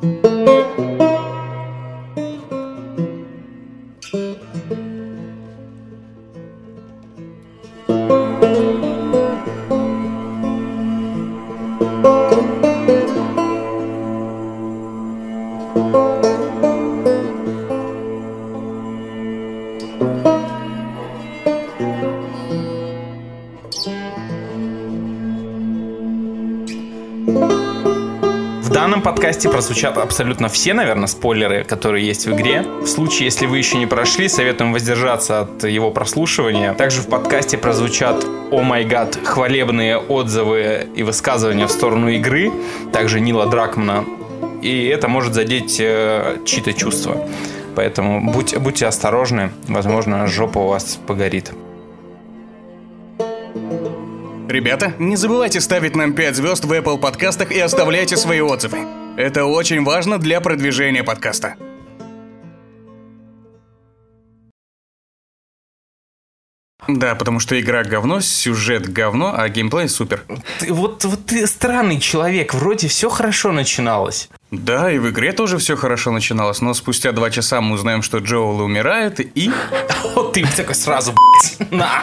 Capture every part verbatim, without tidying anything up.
В данном подкасте прозвучат абсолютно все, наверное, спойлеры, которые есть в игре. В случае, если вы еще не прошли, советуем воздержаться от его прослушивания. Также в подкасте прозвучат, о май гад, хвалебные отзывы и высказывания в сторону игры, также Нила Дракмана. И это может задеть э, чьи-то чувства. Поэтому будь, будьте осторожны, возможно, жопа у вас погорит. Ребята, не забывайте ставить нам пять звезд в Apple подкастах и оставляйте свои отзывы. Это очень важно для продвижения подкаста. Да, потому что игра говно, сюжет говно, а геймплей супер. Ты, вот, вот ты странный человек, вроде все хорошо начиналось. Да, и в игре тоже все хорошо начиналось, но спустя два часа мы узнаем, что Джоэл умирает, и... Вот ты такой сразу, блядь, на...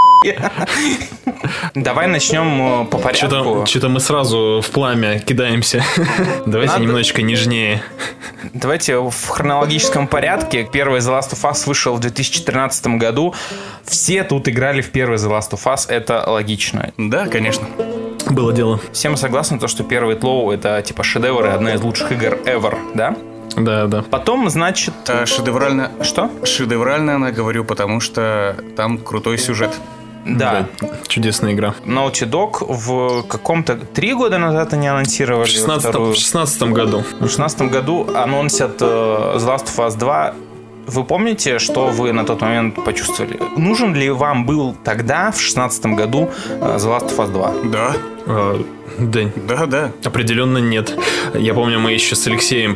Давай начнем по порядку. Что-то, что-то мы сразу в пламя кидаемся. Давайте Надо... немножечко нежнее. Давайте в хронологическом порядке. Первый The Last of Us вышел в две тысячи тринадцатом году. Все тут играли в первый The Last of Us. Это логично. Да, конечно. Было дело. Все мы согласны, то, что первый Тлоу это типа шедевр и одна из лучших игр ever, да? Да, да. Потом, значит... А, шедеврально... Что? Шедеврально она, говорю, потому что там крутой сюжет. Да. да. Чудесная игра. Naughty Dog в каком-то... Три года назад они анонсировали. В шестнадцатом, в шестнадцатом году. В шестнадцатом году анонсят uh, The Last of Us два. Вы помните, что вы на тот момент почувствовали? Нужен ли вам был тогда, в шестнадцатом году, uh, The Last of Us два? Да. А, да. Да, да. Определенно нет. Я помню, мы еще с Алексеем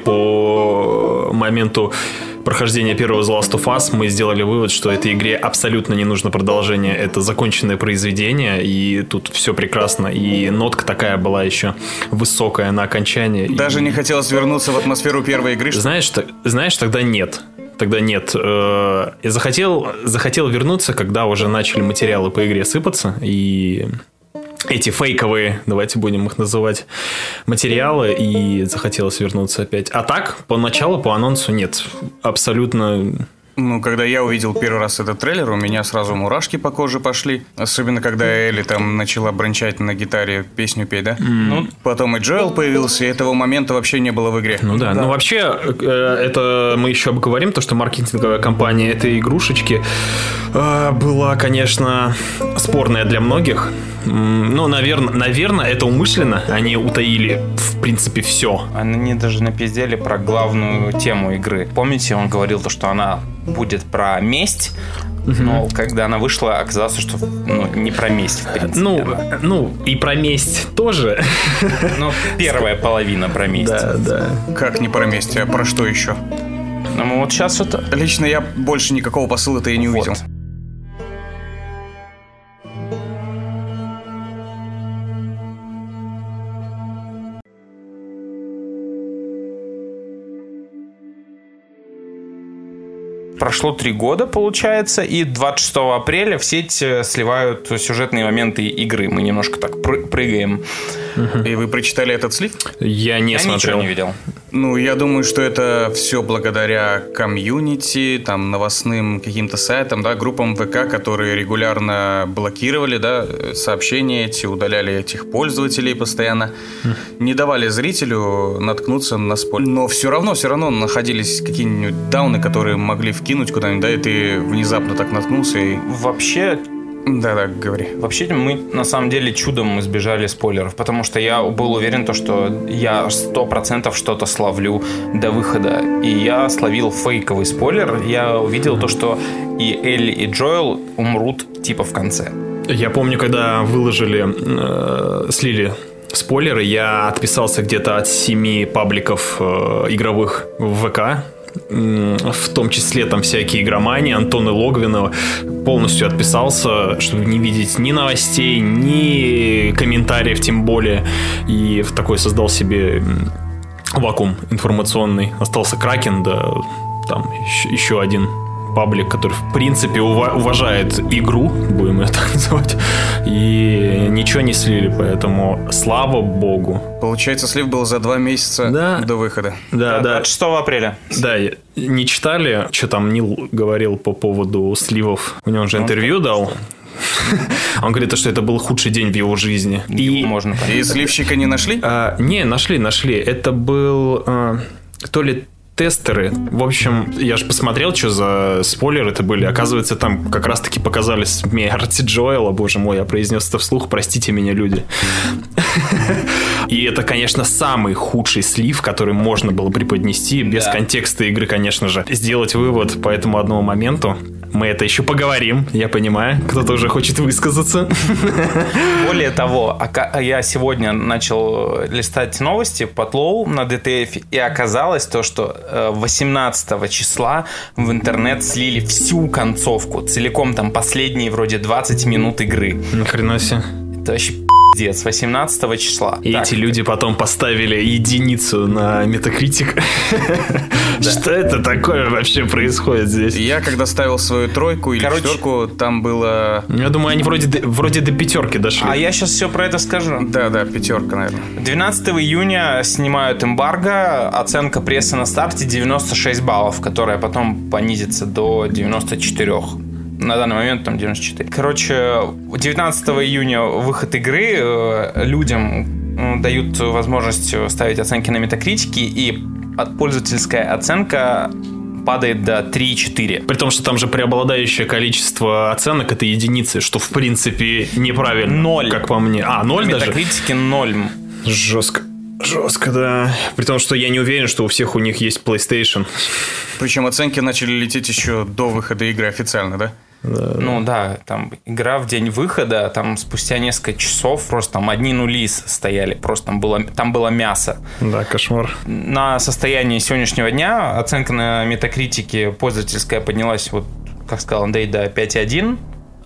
по моменту прохождения первого The Last of Us мы сделали вывод, что этой игре абсолютно не нужно продолжение. Это законченное произведение, и тут все прекрасно. И нотка такая была еще высокая на окончании. Даже и... не хотелось вернуться в атмосферу первой игры. Знаешь, т- знаешь, тогда нет. Тогда нет. Я захотел, захотел вернуться, когда уже начали материалы по игре сыпаться, и... эти фейковые, давайте будем их называть, материалы, и захотелось вернуться опять. А так, поначалу, по анонсу нет. Абсолютно... Ну, когда я увидел первый раз этот трейлер, у меня сразу мурашки по коже пошли. Особенно, когда Элли там начала брончать на гитаре песню петь, да? Mm. Ну, потом и Джоэл появился, и этого момента вообще не было в игре. Ну да, да. Ну вообще, это мы еще обговорим, то, что маркетинговая кампания этой игрушечки была, конечно, спорная для многих. Ну, наверное, наверное, это умышленно. Они утаили, в принципе, все. Они даже напиздели про главную тему игры. Помните, он говорил то, что она будет про месть, uh-huh. но когда она вышла, оказалось, что ну, не про месть, в принципе. Ну, она. ну и про месть тоже. Ну, первая половина про месть. Да, да. Как не про месть, а про что еще? Ну, вот сейчас это... Лично я больше никакого посыла-то и не вот. увидел. Прошло три года, получается, и двадцать шестого апреля в сеть сливают сюжетные моменты игры. Мы немножко так пры- прыгаем. Uh-huh. И вы прочитали этот слив? Я не я смотрел. Я ничего не видел. Ну, я думаю, что это все благодаря комьюнити, там, новостным каким-то сайтам, да, группам ВК, которые регулярно блокировали, да, сообщения эти, удаляли этих пользователей постоянно, uh-huh. не давали зрителю наткнуться на спойлер. Но все равно, все равно находились какие-нибудь дауны, которые могли вкинуть куда-нибудь, да, и ты внезапно так наткнулся и... Вообще... Да-да, говори. Вообще мы на самом деле чудом избежали спойлеров, потому что я был уверен, то, что я сто процентов что-то словлю до выхода. И я словил фейковый спойлер. Я увидел то, что и Элли, и Джоэл умрут типа в конце. Я помню, когда выложили, э, слили спойлеры, я отписался где-то от семи пабликов э, игровых в ВК. В том числе там всякие игромании, Антона Логвинова, полностью отписался, чтобы не видеть ни новостей, ни комментариев, тем более. И такой создал себе вакуум информационный. Остался Кракен, да там еще, еще один паблик, который в принципе ува- уважает игру, будем ее так называть, и ничего не слили, поэтому слава богу. Получается, слив был за два месяца да. до выхода. Да, да. двадцать шестого апреля. Да, не читали, что там Нил говорил по поводу сливов? У него же интервью дал. Он говорит, что это был худший день в его жизни. И, можно и сливщика не нашли? А, не, нашли, нашли. Это был а, то ли тестеры. В общем, я же посмотрел, что за спойлеры это были. Оказывается, там как раз-таки показали смерть Джоэла. Боже мой, я произнес это вслух. Простите меня, люди. И это, конечно, самый худший слив, который можно было преподнести без да. контекста игры, конечно же. Сделать вывод по этому одному моменту. Мы это еще поговорим, я понимаю. Кто-то уже хочет высказаться. Более того, я сегодня начал листать новости по тлоу на ди ти эф, и оказалось то, что восемнадцатого числа в интернет слили всю концовку. Целиком там последние вроде двадцать минут игры. Ни хрена себе. Это вообще пиздец, восемнадцатого числа. И так. Эти люди потом поставили единицу на Metacritic. Что это такое вообще происходит здесь? Я когда ставил свою тройку или четверку, там было... Я думаю, они вроде вроде до пятерки дошли. А я сейчас все про это скажу. Да, да, пятерка, наверное. двенадцатого июня снимают эмбарго. Оценка прессы на старте девяносто шесть баллов, которая потом понизится до девяносто четыре. На данный момент там девяносто четыре. Короче, девятнадцатого июня выход игры. Людям дают возможность ставить оценки на Метакритике, и пользовательская оценка падает до три и четыре. При том, что там же преобладающее количество оценок это единицы, что в принципе неправильно. Ноль. Как по мне. А, ноль даже? В Метакритике ноль. Жестко. Жестко, да. При том, что я не уверен, что у всех у них есть PlayStation. Причем оценки начали лететь еще до выхода игры официально, да? Да. Ну да, там игра в день выхода, там спустя несколько часов просто там одни нули стояли, просто там было, там было мясо. Да, кошмар. На состояние сегодняшнего дня оценка на Метакритике пользовательская поднялась, вот как сказал Андрей, до пять и один.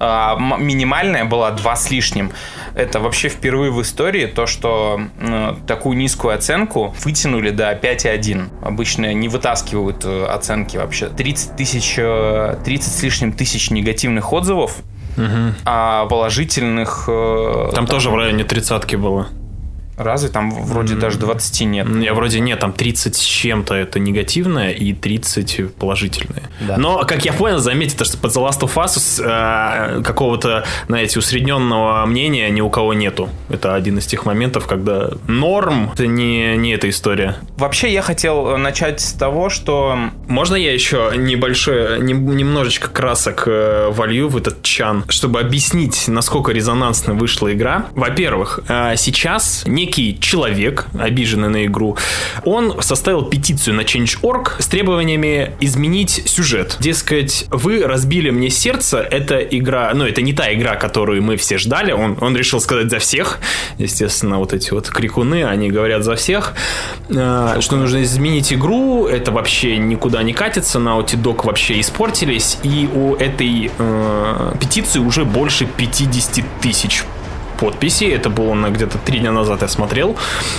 А минимальная была два с лишним. Это вообще впервые в истории то, что э, такую низкую оценку вытянули до пять и один. Обычно не вытаскивают оценки вообще. тридцать тысяч, тридцать с лишним тысяч негативных отзывов, угу. а положительных... Э, там, там тоже в районе тридцатки было. Разве? Там вроде mm. даже двадцать нет. Я вроде нет, там тридцать с чем-то это негативное и тридцать положительное. Да. Но, как я понял, заметьте, что под The Last of Us э, какого-то, знаете, усредненного мнения ни у кого нету. Это один из тех моментов, когда норм, это не, не эта история. Вообще, я хотел начать с того, что... Можно я еще небольшое, не, немножечко красок э, волью в этот чан, чтобы объяснить, насколько резонансно вышла игра? Во-первых, э, сейчас не некий человек, обиженный на игру, он составил петицию на Change точка орг с требованиями изменить сюжет. Дескать, вы разбили мне сердце, эта игра, ну, это не та игра, которую мы все ждали, он, он решил сказать за всех, естественно, вот эти вот крикуны, они говорят за всех, э, что нужно изменить игру, это вообще никуда не катится, Naughty Dog вообще испортились, и у этой э, петиции уже больше пятьдесят тысяч подписей. Это было на где-то три дня назад, я смотрел.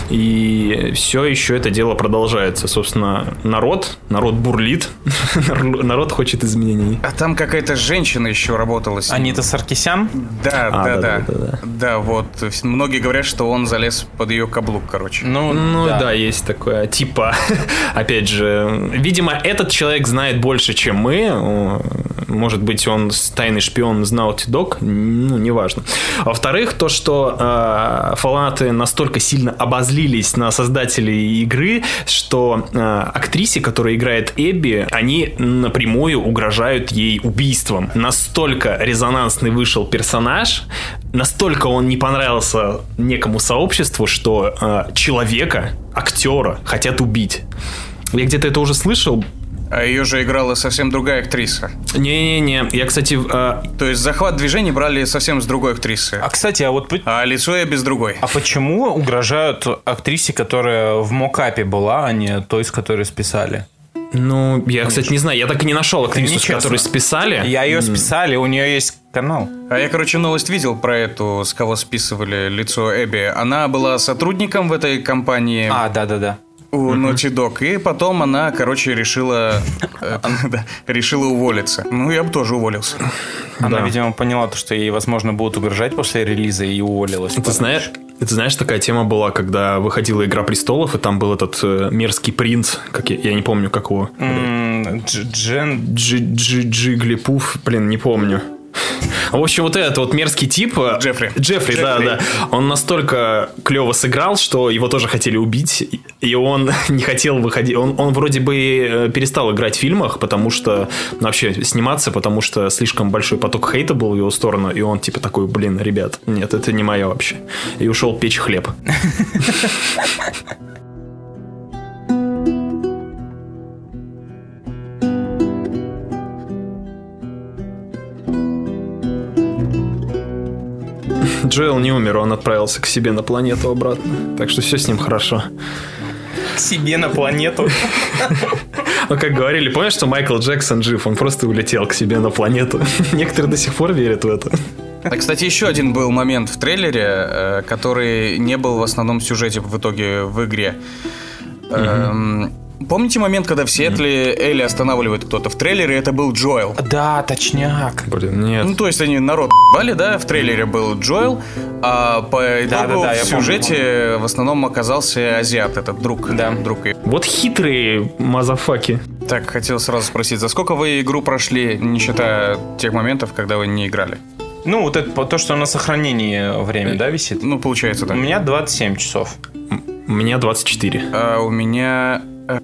И все еще это дело продолжается. Собственно, народ, народ бурлит. Народ хочет изменений. А там какая-то женщина еще работала с ним. Анита Саркисян? Да, а, да, да, да, да, да, да. Да, вот. Многие говорят, что он залез под ее каблук, короче. Ну, ну да. да, есть такое. Типа, опять же, видимо, этот человек знает больше, чем мы. Может быть, он тайный шпион из Naughty Dog. Ну, неважно. Во-вторых, то, что э, фанаты настолько сильно обозлились на создателей игры, что э, актрисе, которая играет Эбби, они напрямую угрожают ей убийством. Настолько резонансный вышел персонаж, настолько он не понравился некому сообществу, что э, человека, актера хотят убить. Я где-то это уже слышал. А ее же играла совсем другая актриса. Не-не-не, я, кстати... Э... То есть захват движений брали совсем с другой актрисы. А, кстати, а вот... А лицо я без другой. А почему угрожают актрисе, которая в мокапе была, а не той, с которой списали? Ну, я, кстати, не знаю, я так и не нашел актрису, с которой списали. Я ее списали, у нее есть канал. А я, короче, новость видел про эту, с кого списывали лицо Эбби. Она была сотрудником в этой компании. А, да-да-да. у Naughty Dog. И потом она, короче, решила решила уволиться. Ну, я бы тоже уволился. Она, видимо, поняла, что ей, возможно, будут угрожать после релиза, и уволилась. Ты знаешь, ты знаешь, такая тема была, когда выходила «Игра престолов», и там был этот э, мерзкий принц, как я, я не помню, как его. Mm, Джен... Джиглипуф, блин, не помню. В общем, вот этот вот мерзкий тип Джеффри. Джеффри, Джеффри, да, да. Он настолько клево сыграл, что его тоже хотели убить, и он не хотел выходить. Он, он вроде бы перестал играть в фильмах, потому что вообще сниматься, потому что слишком большой поток хейта был в его сторону, и он типа такой, блин, ребят, нет, это не мое вообще. И ушел печь хлеб. Джоэл не умер, он отправился к себе на планету обратно. Так что все с ним хорошо. К себе на планету? Ну, как говорили, помнишь, что Майкл Джексон жив? Он просто улетел к себе на планету. Некоторые до сих пор верят в это. А, кстати, еще один был момент в трейлере, который не был в основном сюжете в итоге в игре. Угу. Помните момент, когда в Сиэтле mm. Элли останавливает кто-то? В трейлере это был Джоэл. Да, точняк. Блин, нет. Ну, то есть они народ бали, да? В трейлере был Джоэл, а по итогу да, да, да, в сюжете помню. В основном оказался азиат, этот друг. Да. друг. Вот хитрые мазафаки. Так, хотел сразу спросить, за сколько вы игру прошли, не считая тех моментов, когда вы не играли? Ну, вот это то, что на сохранении время, да, висит? Ну, получается, да. У меня двадцать семь часов. У меня двадцать четыре. А у меня...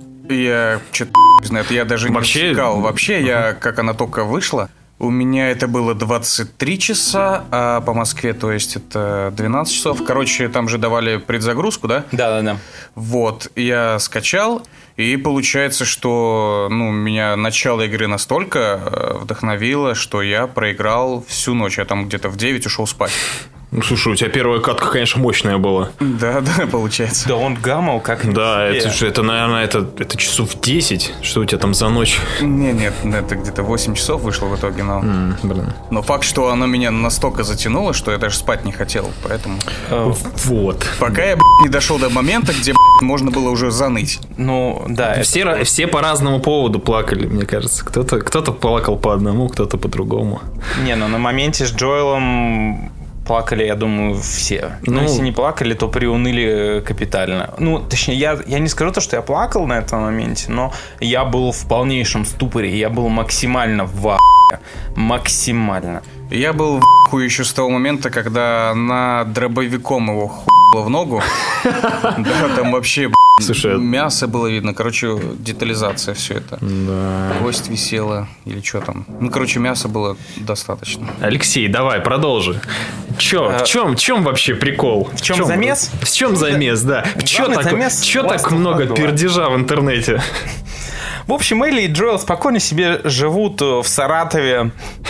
Я что-то не знаю, это я даже Вообще... не искал. Вообще, uh-huh. я, как она только вышла, у меня это было двадцать три часа, а по Москве, то есть это двенадцать часов. Короче, там же давали предзагрузку, да? Да-да-да. Вот, я скачал, и получается, что ну, меня начало игры настолько вдохновило, что я проиграл всю ночь. Я там где-то в девять ушел спать. Ну, слушай, у тебя первая катка, конечно, мощная была. Да, да, получается. Да он гамал как... Да, это же, это, наверное, это, это часов десять. Что у тебя там за ночь? Не, нет, это где-то восемь часов вышло в итоге, но... Mm, блин. Но факт, что оно меня настолько затянуло, что я даже спать не хотел, поэтому... Oh. Вот. Пока я, блядь, не дошел до момента, где, блядь, можно было уже заныть. Ну, да. Все, это... все по разному поводу плакали, мне кажется. Кто-то, кто-то плакал по одному, кто-то по другому. Не, ну на моменте с Джоэлом... Плакали, я думаю, все. Ну, Но если не плакали, то приуныли капитально. Ну, точнее, я, я не скажу то, что я плакал на этом моменте, но я был в полнейшем ступоре. Я был максимально в ахуе. Максимально. Я был в ахуе еще с того момента, когда она дробовиком его хуяла в ногу. Да, там вообще, слушай, мясо было видно. Короче, детализация, все это. Да. Кость висела или что там. Ну, короче, мяса было достаточно. Алексей, давай, продолжи. Чё, а... в чем, в чем вообще прикол? В чем, в чем замес? В чем замес, да. Чё так, чё так много пердежа в интернете? В общем, Элли и Джоэл спокойно себе живут в Саратове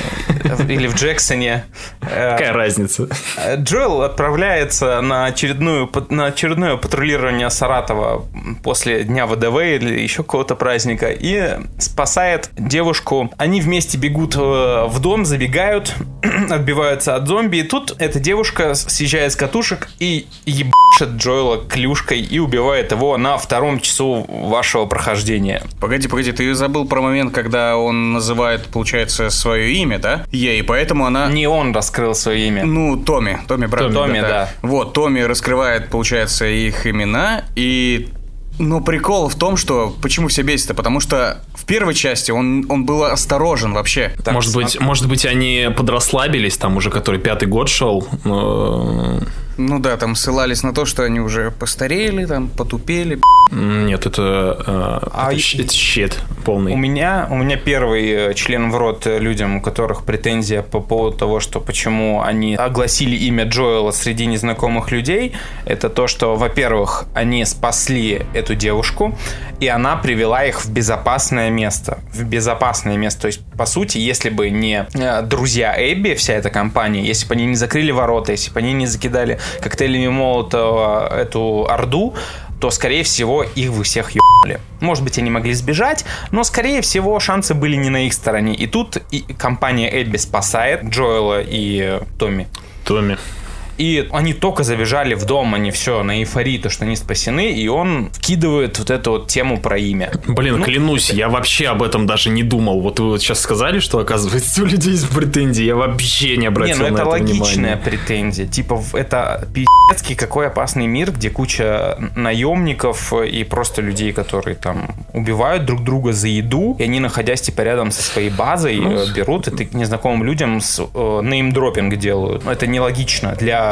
или в Джексоне. Какая разница? Джоэл отправляется на, очередную, на очередное патрулирование Саратова после Дня ВДВ или еще какого-то праздника и спасает девушку. Они вместе бегут в дом, забегают, отбиваются от зомби. И тут эта девушка съезжает с катушек и ебашит Джоэла клюшкой и убивает его на втором часу вашего прохождения. Погоди, погоди, ты забыл про момент, когда он называет, получается, свое имя, да? Ей, и поэтому она... Не он раскрыл свое имя. Ну, Томми, Томми, брат. Томми, Томми, да, да. Вот, Томми раскрывает, получается, их имена, и... Но прикол в том, что... Почему все бесит-то? Потому что в первой части он, он был осторожен вообще. Так, может, быть, может быть, они подрасслабились, там уже который пятый год шел, но... Ну да, там ссылались на то, что они уже постарели, там, потупели. Нет, это, э, а это, щ- это щит полный. У меня, у меня первый член в рот людям, у которых претензия по поводу того, что почему они огласили имя Джоэла среди незнакомых людей, это то, что, во-первых, они спасли эту девушку, и она привела их в безопасное место. В безопасное место. То есть, по сути, если бы не друзья Эбби, вся эта компания, если бы они не закрыли ворота, если бы они не закидали коктейлями Молотова эту орду, то, скорее всего, их бы всех ебали. Может быть, они могли сбежать, но, скорее всего, шансы были не на их стороне. И тут и компания Эбби спасает Джоэла и Томми. Томми. И они только забежали в дом, они все на эйфории, то, что они спасены, и он вкидывает вот эту вот тему про имя. Блин, ну, клянусь, я вообще об этом даже не думал. Вот вы вот сейчас сказали, что, оказывается, у людей есть претензии, я вообще не обратил не, ну на это внимания. Это логичная претензия. Типа, это пи***цкий какой опасный мир, где куча наемников и просто людей, которые там убивают друг друга за еду, и они, находясь типа рядом со своей базой, ну, берут и незнакомым людям с, э, неймдропинг делают. Это нелогично для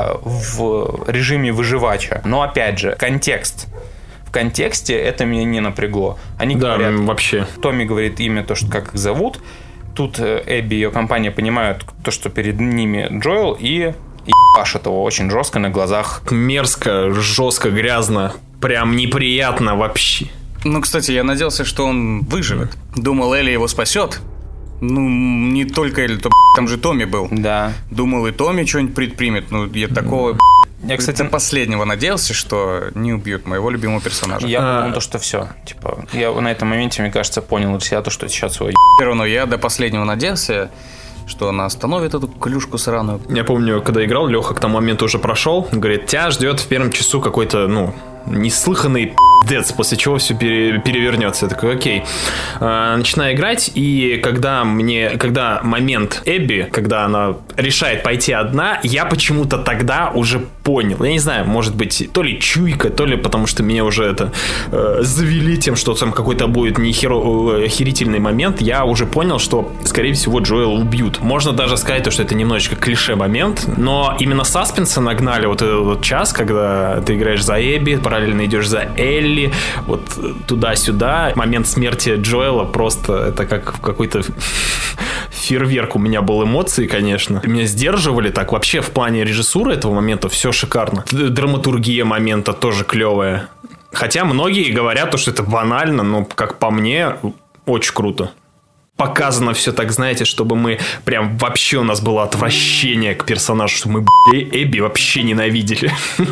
в режиме выживача. Но опять же, контекст. В контексте это меня не напрягло. Они да, говорят, вообще. Томми говорит имя, то, что как их зовут. Тут Эбби и ее компания понимают то, что перед ними Джоэл, и ебашат его очень жестко на глазах. Мерзко, жестко, грязно. Прям неприятно вообще. Ну, кстати, я надеялся, что он выживет. Думал, Элли его спасет. Ну, не только Элли, то там же Томми был. Да. Думал, и Томми что-нибудь предпримет. Ну, я такого... Я, кстати, до последнего надеялся, что не убьют моего любимого персонажа. Я а... подумал, то, что все. Типа, я на этом моменте, мне кажется, понял себя, то, что сейчас его все равно я до последнего надеялся, что она остановит эту клюшку сраную. Я помню, когда играл, Леха к тому моменту уже прошел. Говорит, тебя ждет в первом часу какой-то, ну, неслыханный пиздец, после чего все пере- перевернется. Я такой, окей. А, начинаю играть, и когда мне, когда момент Эбби, когда она решает пойти одна, я почему-то тогда уже понял. Я не знаю, может быть, то ли чуйка, то ли потому что меня уже это э, завели тем, что там какой-то будет нехеро- охерительный момент. Я уже понял, что, скорее всего, Джоэла убьют. Можно даже сказать, что это немножечко клише момент, но именно саспенса нагнали вот этот вот час, когда ты играешь за Эбби, параллельно идешь за Элли, вот туда-сюда. Момент смерти Джоэла просто это как какой-то фейерверк у меня был эмоций, конечно. Меня сдерживали так. Вообще в плане режиссуры этого момента все шикарно. Драматургия момента тоже клевая. Хотя многие говорят, что это банально, но как по мне, очень круто. Показано все так, знаете, чтобы мы прям вообще у нас было отвращение к персонажу, что мы, блядь, Эбби вообще ненавидели.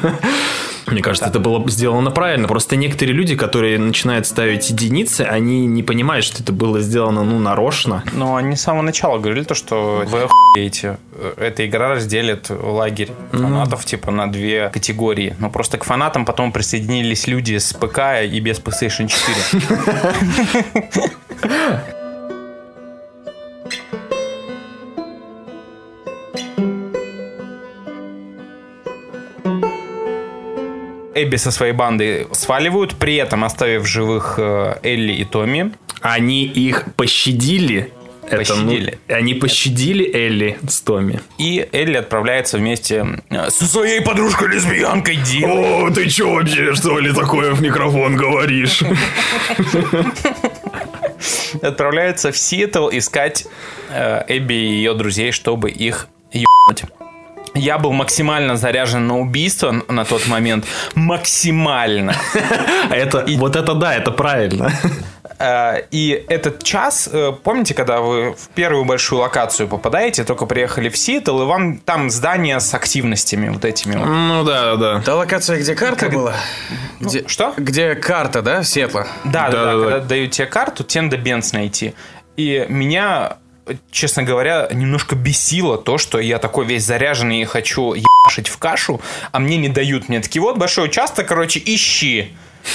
Мне кажется, это было сделано правильно. Просто некоторые люди, которые начинают ставить единицы, они не понимают, что это было сделано, ну, нарочно. Но они с самого начала говорили то, что вы охуеете. Эта игра разделит лагерь фанатов, mm. типа, на две категории. Но просто к фанатам потом присоединились люди с ПК и без PlayStation четыре. Эбби со своей бандой сваливают, при этом оставив живых Элли и Томми. Они их пощадили. Пощадили. Это, ну, они пощадили Элли с Томми. И Элли отправляется вместе со своей подружкой-лесбиянкой Дин. О, ты че вообще, что ли, такое в микрофон говоришь? Отправляется в Сиэтл искать Эбби и ее друзей, чтобы их ебнуть. Я был максимально заряжен на убийство на тот момент. Максимально. Это, и, вот это да, это правильно. И этот час, помните, когда вы в первую большую локацию попадаете, только приехали в Сиэтл, и вам там здание с активностями вот этими вот. Ну да, да. Та локация, где карта как... была? Где... Ну, что? Где карта, да, Сиэтла? Да, да, да, да, да. Когда дают тебе карту, тебе надо бенз найти. И меня... честно говоря, немножко бесило то, что я такой весь заряженный и хочу ебашить в кашу, а мне не дают. Мне такие, вот большой участок, короче, ищи.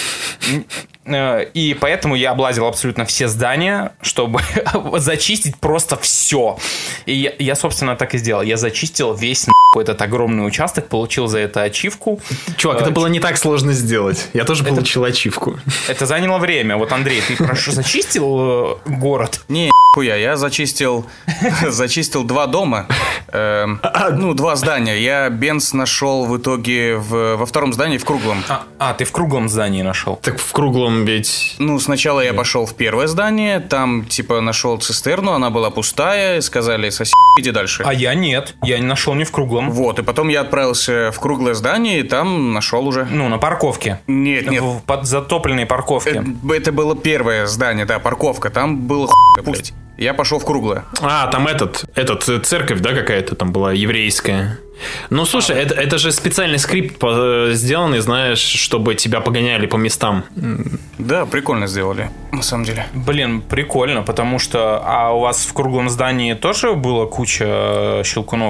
И поэтому я облазил абсолютно все здания, чтобы зачистить просто все. И я, я, собственно, так и сделал. Я зачистил весь нахуй этот огромный участок, получил за это ачивку. Чувак, это было не так сложно сделать. Я тоже это, получил ачивку. Это заняло время. Вот, Андрей, ты прошу, зачистил город? Не, хуя, я зачистил зачистил два дома. Эм, ну, два здания. Я бенз нашел в итоге в, во втором здании, в круглом. А, а, ты в круглом здании нашел? Так в круглом ведь... Ну, сначала я пошел в первое здание, там, типа, нашел цистерну, она была пустая, сказали, соси, иди дальше. А я нет, я не нашел ни в круглом. Вот, и потом я отправился в круглое здание, и там нашел уже. Ну, на парковке. Нет, нет. В под затопленной парковке. Это, это было первое здание, да, парковка, там было хуй, блядь. Я пошел в круглое. А, там этот, этот, церковь, да, какая-то там была, еврейская. Ну, слушай, а, это, это же специальный скрипт сделанный, знаешь, чтобы тебя погоняли по местам. Да, прикольно сделали, на самом деле. Блин, прикольно, потому что... А у вас в круглом здании тоже была куча щелкунов?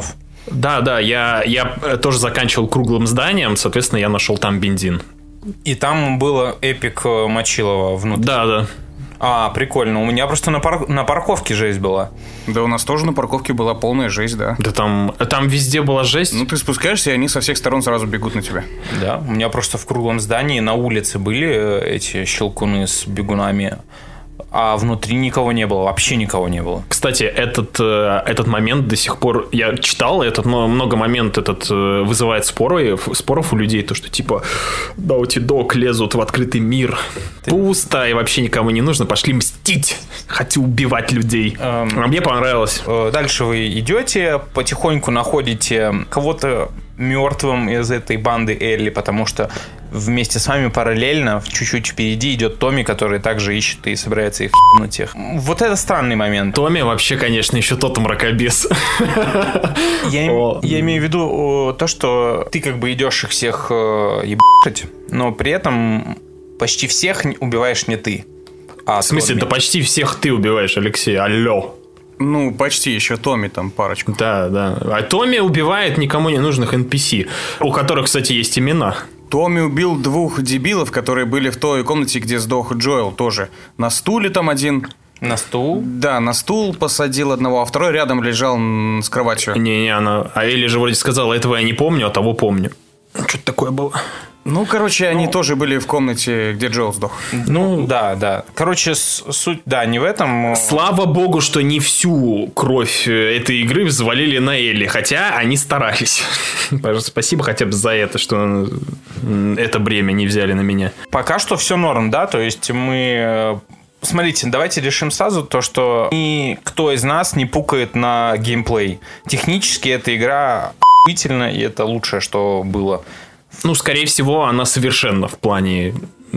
Да, да, я, я тоже заканчивал круглым зданием, соответственно, я нашел там бензин. И там было эпик Мочилова внутри. Да, да. А, прикольно. У меня просто на, пар... на парковке жесть была. Да, у нас тоже на парковке была полная жесть, да. Да там, там везде была жесть. Ну, ты спускаешься, и они со всех сторон сразу бегут на тебя. Да, у меня просто в круглом здании на улице были эти щелкуны с бегунами, а внутри никого не было, вообще никого не было. Кстати, этот, этот момент до сих пор, я читал, этот много момент этот вызывает споры, споров у людей, то, что типа Naughty Dog лезут в открытый мир, Ты... пусто и вообще никому не нужно, пошли мстить, хочу убивать людей. Эм... А мне понравилось. Дальше вы идете, потихоньку находите кого-то мертвым из этой банды Элли, потому что вместе с вами параллельно, чуть-чуть впереди идет Томми, который также ищет и собирается их ебнуть их. Вот это странный момент. Томми вообще, конечно, еще тот мракобес. Я, я имею в виду то, что ты как бы идешь их всех ебать, но при этом почти всех убиваешь не ты. А в смысле, да почти всех ты убиваешь, Алексей, алло. Ну, почти, еще Томми там парочку. Да, да. А Томми убивает никому не нужных эн пи си, у которых, кстати, есть имена. Томми убил двух дебилов, которые были в той комнате, где сдох Джоэл тоже. На стуле там один. На стул? Да, на стул посадил одного, а второй рядом лежал с кроватью. Не-не, она... А Элли же вроде сказала, этого я не помню, а того помню. Что-то такое было. Ну, короче, они ну, тоже были в комнате, где Джоэл сдох. Ну, да, да. Короче, суть, да, не в этом. Слава богу, что не всю кровь этой игры взвалили на Элли, хотя они старались. Спасибо хотя бы за это, что это бремя не взяли на меня. Пока что все норм, да, то есть мы... Смотрите, давайте решим сразу то, что никто из нас не пукает на геймплей. Технически эта игра охуительна, и это лучшее, что было. Ну, скорее всего, она совершенна в плане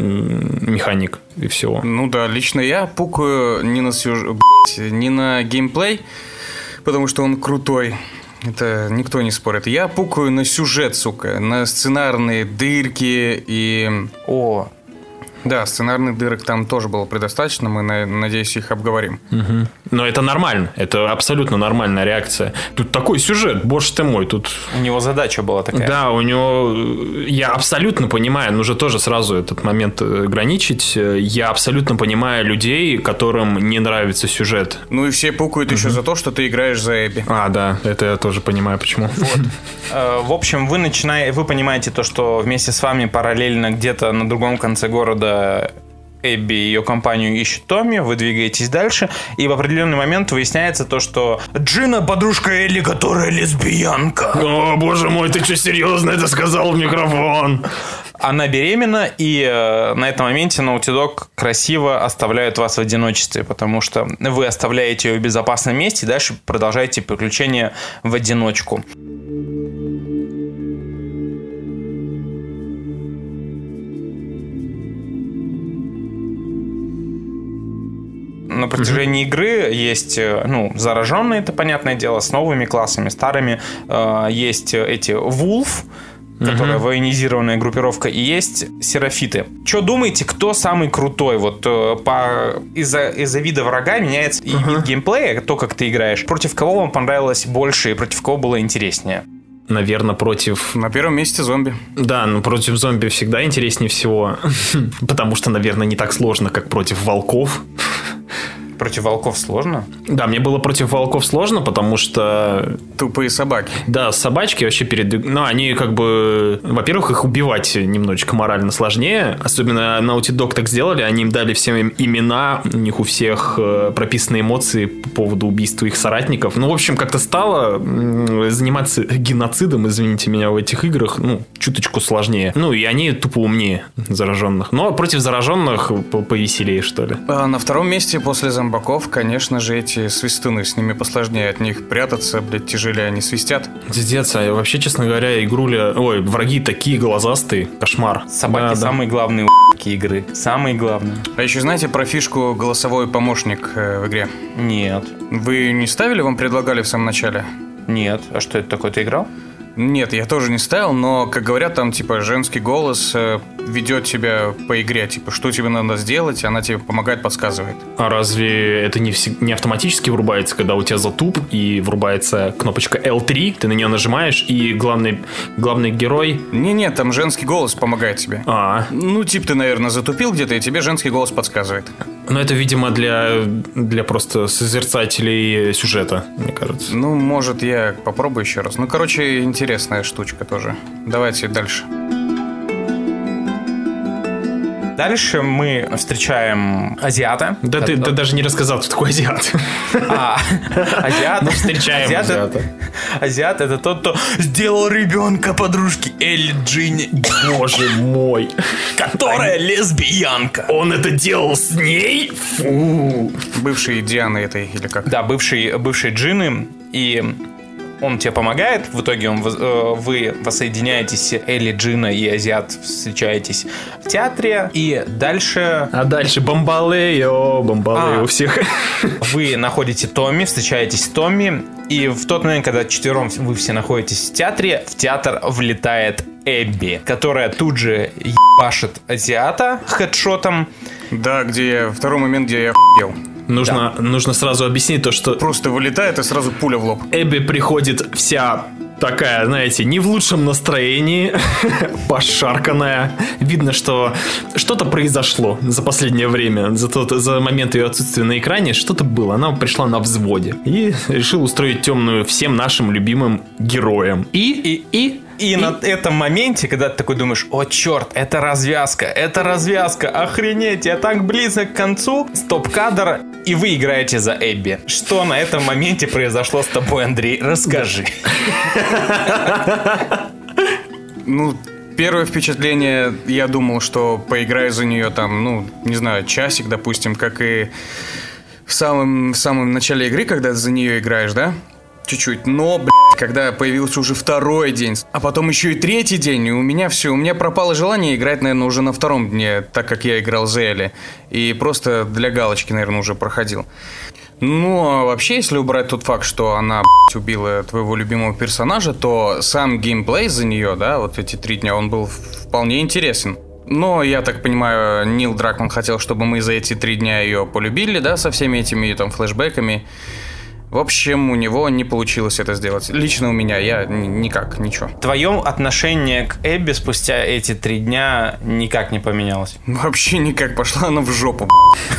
механик и всего. Ну да, лично я пукаю не на сюжет, не на геймплей, потому что он крутой. Это никто не спорит. Я пукаю на сюжет, сука, на сценарные дырки и... О, да, сценарных дырок там тоже было предостаточно, мы, надеюсь, их обговорим. Угу. Но это нормально, это абсолютно нормальная реакция. Тут такой сюжет, боже ты мой, тут... У него задача была такая. Да, у него... Я абсолютно понимаю, нужно тоже сразу этот момент ограничить. Я абсолютно понимаю людей, которым не нравится сюжет. Ну и все пукают угу. еще за то, что ты играешь за Эбби. А, да, это я тоже понимаю, почему. Вот. В общем, вы начинаете, вы понимаете то, что вместе с вами параллельно где-то на другом конце города Эбби и ее компанию ищут Томми, вы двигаетесь дальше, и в определенный момент выясняется то, что Джина подружка Элли, которая лесбиянка. О, боже мой, ты что, серьезно это сказал в микрофон? Она беременна, и э, на этом моменте Naughty Dog красиво оставляет вас в одиночестве, потому что вы оставляете ее в безопасном месте, и дальше продолжаете приключения в одиночку. На протяжении mm-hmm. игры есть, ну, зараженные, это понятное дело, с новыми классами, старыми. Есть эти Wolf, которая mm-hmm. военизированная группировка, и есть Серафиты. Что думаете, кто самый крутой? Вот по... из-за, из-за вида врага меняется и mm-hmm. вид геймплея, то, как ты играешь. Против кого вам понравилось больше и против кого было интереснее? Наверное, против... На первом месте зомби. Да, ну против зомби всегда интереснее всего. Потому что, наверное, не так сложно, как против волков. Против волков сложно? Да, мне было против волков сложно, потому что... Тупые собаки. Да, собачки вообще перед... Ну, они как бы... Во-первых, их убивать немножечко морально сложнее. Особенно Naughty Dog так сделали. Они им дали всем имена. У них у всех прописаны эмоции по поводу убийства их соратников. Ну, в общем, как-то стало заниматься геноцидом, извините меня, в этих играх, ну, чуточку сложнее. Ну, и они тупо умнее зараженных. Но против зараженных повеселее, что ли. А на втором месте после зомби Боков, конечно же, эти свистуны, с ними посложнее от них прятаться, блядь, тяжелее они свистят. Пиздец, а вообще, честно говоря, игруля... Ой, враги такие глазастые, кошмар. Собаки да, самые да. главные у**ки игры, самые главные. А еще знаете про фишку голосовой помощник э, в игре? Нет. Вы не ставили, вам предлагали в самом начале? Нет, а что это такое, ты играл? Нет, я тоже не ставил, но, как говорят, там, типа, женский голос э, ведет тебя по игре, типа, что тебе надо сделать, она тебе помогает, подсказывает. А разве это не, всег- не автоматически врубается, когда у тебя затуп и врубается кнопочка эл три, ты на нее нажимаешь, и главный, главный герой... Не-не, там женский голос помогает тебе. А, Ну, типа, ты, наверное, затупил где-то, и тебе женский голос подсказывает. ну это, видимо, для, для просто созерцателей сюжета, мне кажется. Ну, может, я попробую еще раз. Ну, короче, интересная штучка тоже. Давайте дальше. Дальше мы встречаем азиата. Да ты, ты даже не рассказал, кто такой азиат. А, азиат. Мы встречаем азиат, азиата. Азиат — это тот, кто сделал ребенка подружки Элли Джинни, Боже мой. которая лесбиянка. Он это делал с ней? Фу. Бывшей Дианы этой, или как? Да, бывший, бывший Джинны, и он тебе помогает. В итоге он, э, вы воссоединяетесь, Элли, Джина и азиат встречаетесь в театре. И дальше А дальше бомбалео, бомбалео А. у всех. вы находите Томми, встречаетесь с Томми. И в тот момент, когда четвером вы все находитесь в театре, в театр влетает Эбби, которая тут же ебашит азиата хедшотом. Да, где я... Второй момент, где я охуел. Нужно, нужно сразу объяснить то, что Просто вылетает и сразу пуля в лоб. Эбби приходит вся такая, знаете, не в лучшем настроении, пошарканная. Видно, что что-то произошло за последнее время. За, тот, за момент ее отсутствия на экране что-то было. Она пришла на взводе и решила устроить темную всем нашим любимым героям. И, и, и... И, и на этом моменте, когда ты такой думаешь: о, черт, это развязка, это развязка, охренеть, я так близок к концу, стоп-кадр, и вы играете за Эбби. Что на этом моменте произошло с тобой, Андрей? Расскажи. Ну, первое впечатление, я думал, что поиграю за нее там, ну, не знаю, часик, допустим, как и в самом, в самом начале игры, когда за нее играешь, да? Чуть-чуть. Но, блядь, когда появился уже второй день, а потом еще и третий день, и у меня все, у меня пропало желание играть, наверное, уже на втором дне, так как я играл за Элли. И просто для галочки, наверное, уже проходил. Ну, а вообще, если убрать тот факт, что она, блядь, убила твоего любимого персонажа, то сам геймплей за нее, да, вот эти три дня, он был вполне интересен. Но, я так понимаю, Нил Дракман хотел, чтобы мы за эти три дня ее полюбили, да, со всеми этими там флешбэками. В общем, у него не получилось это сделать. Лично у меня, я н- никак, ничего. Твое отношение к Эбби спустя эти три дня никак не поменялось. Вообще никак, пошла она в жопу.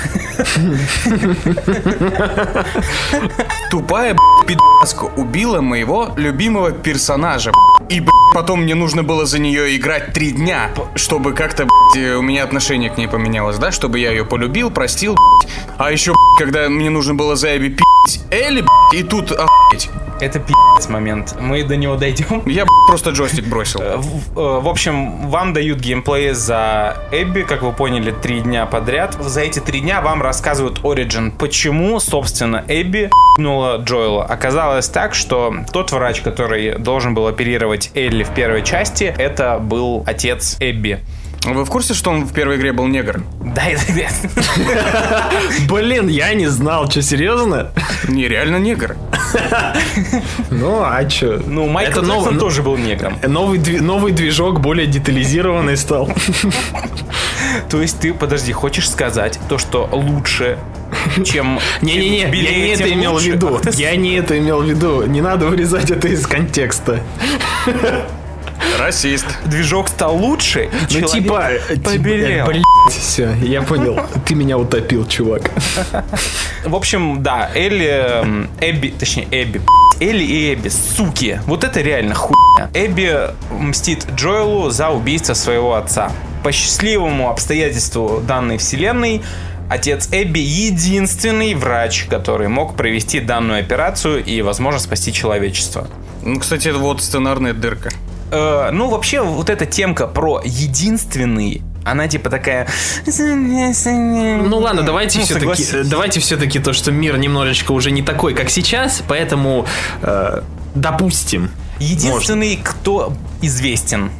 Тупая пидораска убила моего любимого персонажа. И потом мне нужно было за нее играть три дня, чтобы как-то у меня отношение к ней поменялось, да? Чтобы я ее полюбил, простил. А еще, когда мне нужно было за Эбби пи***ть Элли, и тут охуеть. Это пи***ц момент. Мы до него дойдем. Я просто джойстик бросил. В, в общем, вам дают геймплей за Эбби, как вы поняли, три дня подряд. За эти три дня вам рассказывают оригин, почему, собственно, Эбби ***нула Джоэла. Оказалось так, что тот врач, который должен был оперировать Элли в первой части, это был отец Эбби. Вы в курсе, что он в первой игре был негр? Да, это... Блин, я не знал, что, серьезно? Не, реально негр. Ну, а чё? Ну, Майкл Это Джексон нов- тоже был негром. Новый, дви- новый движок, более детализированный стал. То есть ты, подожди, хочешь сказать то, что лучше, чем... Не-не-не, чем я не белее, это тем имел в лучше? виду. Ах ты с- Я не это имел в виду. Не надо вырезать это из контекста. Расист. Движок стал лучше, и Ну, человек типа, побелел. блять, все, я понял. Ты меня утопил, чувак. В общем, да, Элли, эм, Эбби, точнее Эбби, Элли и Эбби, суки. Вот это реально хуйня. Эбби мстит Джоэлу за убийство своего отца. По счастливому обстоятельству данной вселенной, отец Эбби единственный врач, который мог провести данную операцию и, возможно, спасти человечество. Ну, кстати, это вот сценарная дырка. Э, ну, вообще, вот эта темка про единственный, она типа такая... Ну ладно, давайте Ну, все-таки, согласись. давайте все-таки то, что мир немножечко уже не такой, как сейчас, поэтому э, допустим. Единственный, кто известен.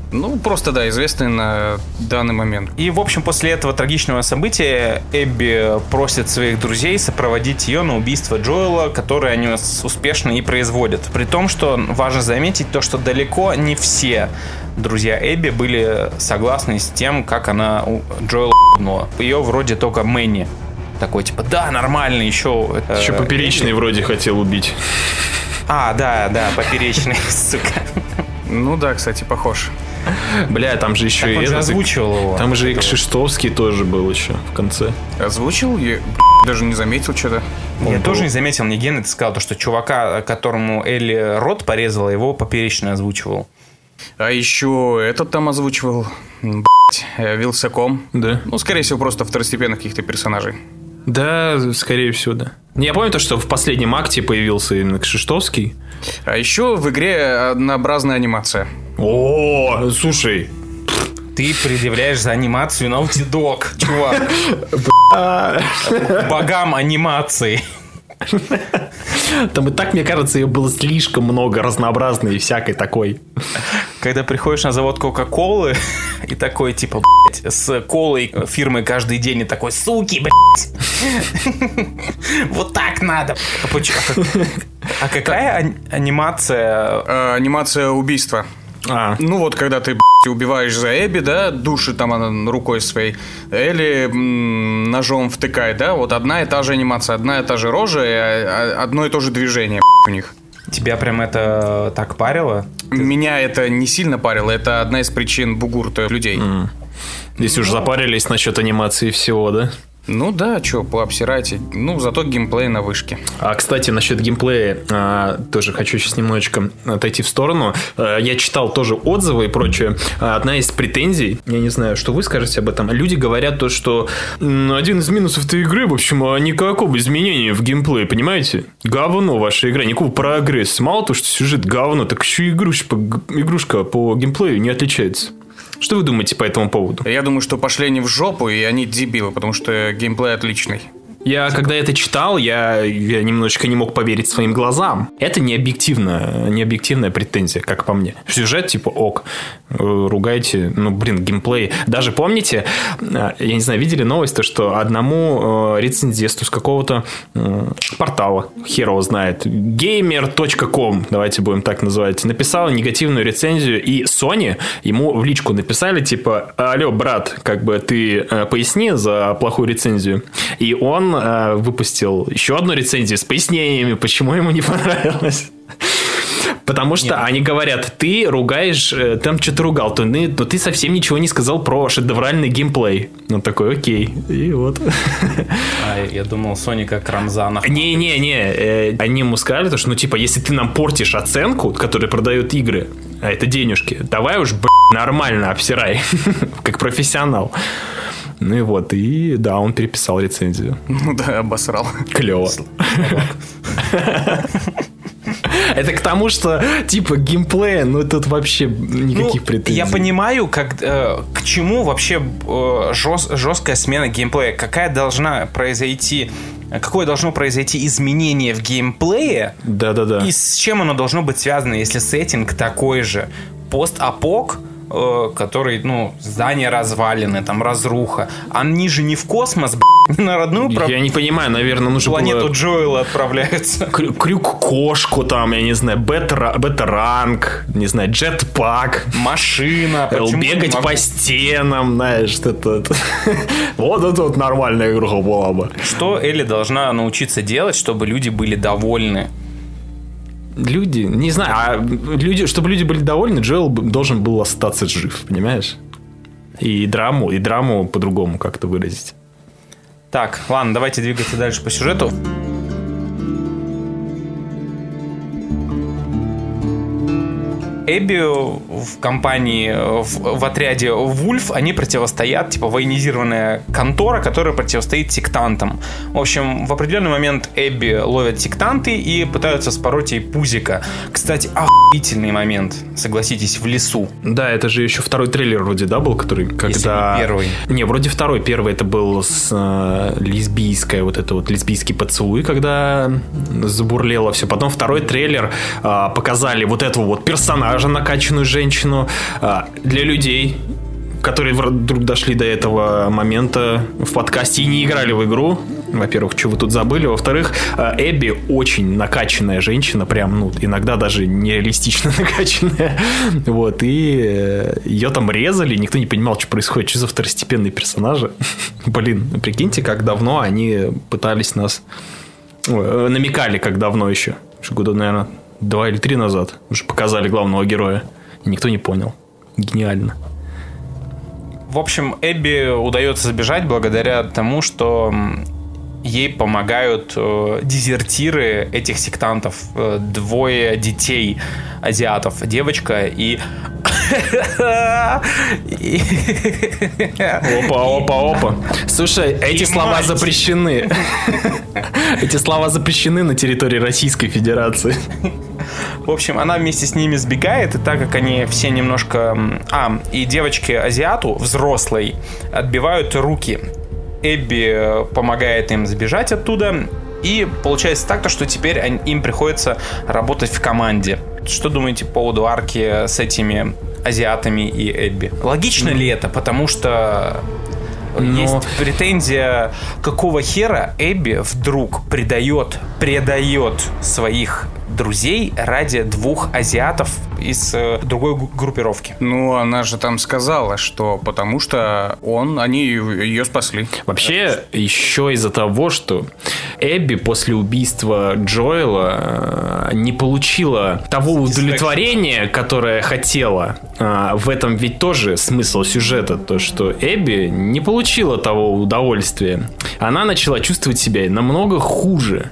Ну, просто, да, известный на данный момент. И, в общем, после этого трагичного события Эбби просит своих друзей сопроводить ее на убийство Джоэла, которое они успешно и производят. При том, что важно заметить то, что далеко не все друзья Эбби были согласны с тем, как она Джоэла ебнула. Ее вроде только Мэнни. Такой, типа, да, нормально, еще... Еще э, поперечный Эбби вроде хотел убить. А, да, да, поперечный, сука. Ну да, кстати, похож. Бля, там же еще так и он этот... же озвучивал его. Там же и Кшиштовский тоже был еще в конце. Озвучил? Я даже не заметил что-то. Я Он тоже был. не заметил, мне Гена ты сказал, то, что чувака, которому Элли рот порезала, его поперечно озвучивал. А еще этот там озвучивал, блять, Вилсаком. Да. Ну, скорее всего, просто второстепенных каких-то персонажей. Да, скорее всего, да. Я помню то, что в последнем акте появился именно Кшиштовский. А еще в игре однообразная анимация. О, слушай. Ты предъявляешь за анимацию Naughty Dog, чувак. Богам анимации. Там и так, мне кажется, ее было слишком много разнообразной и всякой такой. Когда приходишь на завод Кока-Колы и такой, типа, блядь, с колой фирмы каждый день и такой, суки, блядь. Вот так надо. А какая анимация? Анимация убийства. А. Ну вот, когда ты, блядь, убиваешь за Эбби, да, души там она рукой своей, Элли м, ножом втыкает, да, вот одна и та же анимация, одна и та же рожа, и одно и то же движение, блядь, у них. Тебя прям это так парило? Меня это не сильно парило, это одна из причин бугурта людей. Mm. Если уж запарились насчет анимации всего, да? Ну да, что, пообсирайте. Ну, зато геймплей на вышке. А, кстати, насчет геймплея а, тоже хочу сейчас немножечко отойти в сторону. А, я читал тоже отзывы и прочее. А, одна из претензий, я не знаю, что вы скажете об этом. Люди говорят то, что м, один из минусов этой игры, в общем, никакого изменения в геймплее, понимаете? Говно ваша игра, никакого прогресса. Мало того, что сюжет говно, так еще и игрушка, игрушка по геймплею не отличается. Что вы думаете по этому поводу? Я думаю, что пошли они в жопу, и они дебилы, потому что геймплей отличный. Я, когда это читал, я, я немножечко не мог поверить своим глазам. Это не объективная, не объективная претензия, как по мне. Сюжет типа ок, ругайте, ну блин, геймплей. Даже помните, я не знаю, видели новость, то, что одному рецензенту с какого-то портала, хер его знает, геймер точка ком, давайте будем так называть, написал негативную рецензию, и Sony ему в личку написали типа, алло, брат, как бы ты поясни за плохую рецензию. И он выпустил еще одну рецензию с пояснениями, почему ему не понравилось. Потому что Нет. они говорят, ты ругаешь, там что-то ругал, то, но ты совсем ничего не сказал про шедевральный геймплей. Ну такой, окей. И вот. А, я думал, Sony как Рамзан. Не-не-не, они ему сказали, что, ну типа, если ты нам портишь оценку, которая продает игры, а это денежки, давай уж, блядь, нормально обсирай, как профессионал. Ну и вот, и да, он переписал рецензию. Ну да, обосрал. Клево. Это к тому, что типа геймплея, ну тут вообще никаких ну, претензий. Я понимаю, как, э, к чему вообще э, жест, жесткая смена геймплея. Какая должна произойти, какое должно произойти изменение в геймплее? Да-да-да. И с чем оно должно быть связано, если сеттинг такой же? Пост-апок, который, ну, здания развалины, там, разруха. Они же не в космос, блядь, не на родную про... Я не понимаю, наверное, нужно планету было... Джоэла отправляются. Крю- крюк-кошку там, я не знаю, бета-ранг, не знаю, джетпак. Машина. Бегать по стенам, знаешь, что-то. Вот это вот нормальная игруха была бы. Что Элли должна научиться делать, чтобы люди были довольны? Люди, не знаю, а люди, чтобы люди были довольны, Джоэл должен был остаться жив, понимаешь? И драму, и драму по-другому как-то выразить. Так, ладно, давайте двигаться дальше по сюжету. Эбби в компании, в, в отряде Вульф, они противостоят, типа, военизированная контора, которая противостоит сектантам. В общем, в определенный момент Эбби ловят сектанты и пытаются спороть ей пузика. Кстати, охуительный момент, согласитесь, в лесу. Да, это же еще второй трейлер вроде, да, был, который, когда... Если не первый. Не, вроде второй. Первый это был с э, лесбийская, вот это вот лесбийский поцелуй, когда забурлело все. Потом второй трейлер э, показали вот этого вот персонажа, персонажа, накачанную женщину. Для людей, которые вдруг дошли до этого момента в подкасте и не играли в игру, во-первых, что вы тут забыли, во-вторых, Эбби очень накачанная женщина, прям, ну, иногда даже нереалистично накачанная, вот, и ее там резали, никто не понимал, что происходит, что за второстепенные персонажи. Блин, прикиньте, как давно они пытались нас, ой, намекали, как давно еще, что года, наверное, два или три назад уже показали главного героя, и никто не понял. Гениально. В общем, Эбби удается сбежать благодаря тому, что ей помогают э, дезертиры этих сектантов. Э, двое детей азиатов. Девочка и... Опа, опа, опа. Слушай, эти слова запрещены. Эти слова запрещены на территории Российской Федерации. В общем, она вместе с ними сбегает, и так как они все немножко... А, и девочке-азиату, взрослой, отбивают руки. Эбби помогает им сбежать оттуда, и получается так, что теперь им приходится работать в команде. Что думаете по поводу арки с этими азиатами и Эбби? Логично ли это? Потому что... Но... есть претензия, какого хера Эбби вдруг предает, предает своих друзей ради двух азиатов из э, другой группировки. Ну, она же там сказала, что потому что он, они ее спасли. Вообще, еще из-за того, что Эбби после убийства Джоэла не получила того удовлетворения, которое хотела. В этом ведь тоже смысл сюжета, то, что Эбби не получила того удовольствия. Она начала чувствовать себя намного хуже.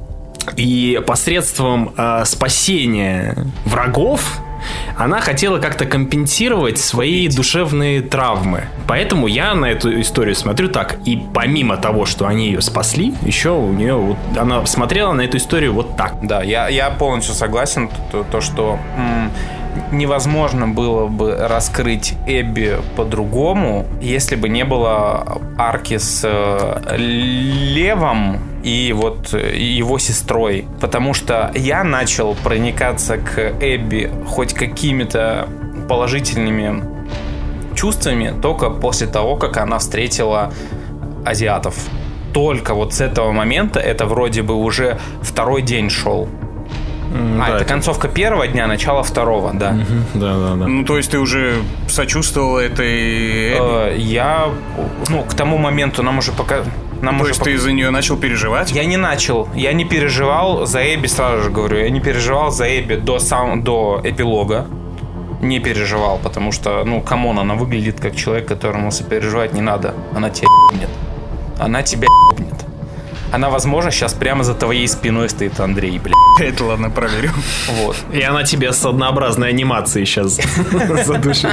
И посредством э, спасения врагов она хотела как-то компенсировать свои душевные травмы. Поэтому я на эту историю смотрю так. И помимо того, что они ее спасли, еще у нее вот, она смотрела на эту историю вот так. Да, я, я полностью согласен. То, то что м- невозможно было бы раскрыть Эбби по-другому, если бы не было арки с э, Левом и вот его сестрой. Потому что я начал проникаться к Эбби хоть какими-то положительными чувствами только после того, как она встретила азиатов. Только вот с этого момента, это вроде бы уже второй день шел. Mm, а, да, это, это концовка первого дня, начало второго, да. Mm-hmm. Да, да, да. Ну, то есть ты уже сочувствовал этой Эбби? Э, я, ну, к тому моменту нам уже пока... Нам То уже есть пока... ты за нее начал переживать? Я не начал. Я не переживал за Эбби, сразу же говорю. Я не переживал за Эбби до, сам... до эпилога. Не переживал, потому что, ну, камон, она выглядит как человек, которому сопереживать не надо. Она тебя ебнет. Она тебя ебнет. Она, возможно, сейчас прямо за твоей спиной стоит Андрей, блядь. Это ладно, проверю. Вот. И она тебя с однообразной анимацией сейчас задушит.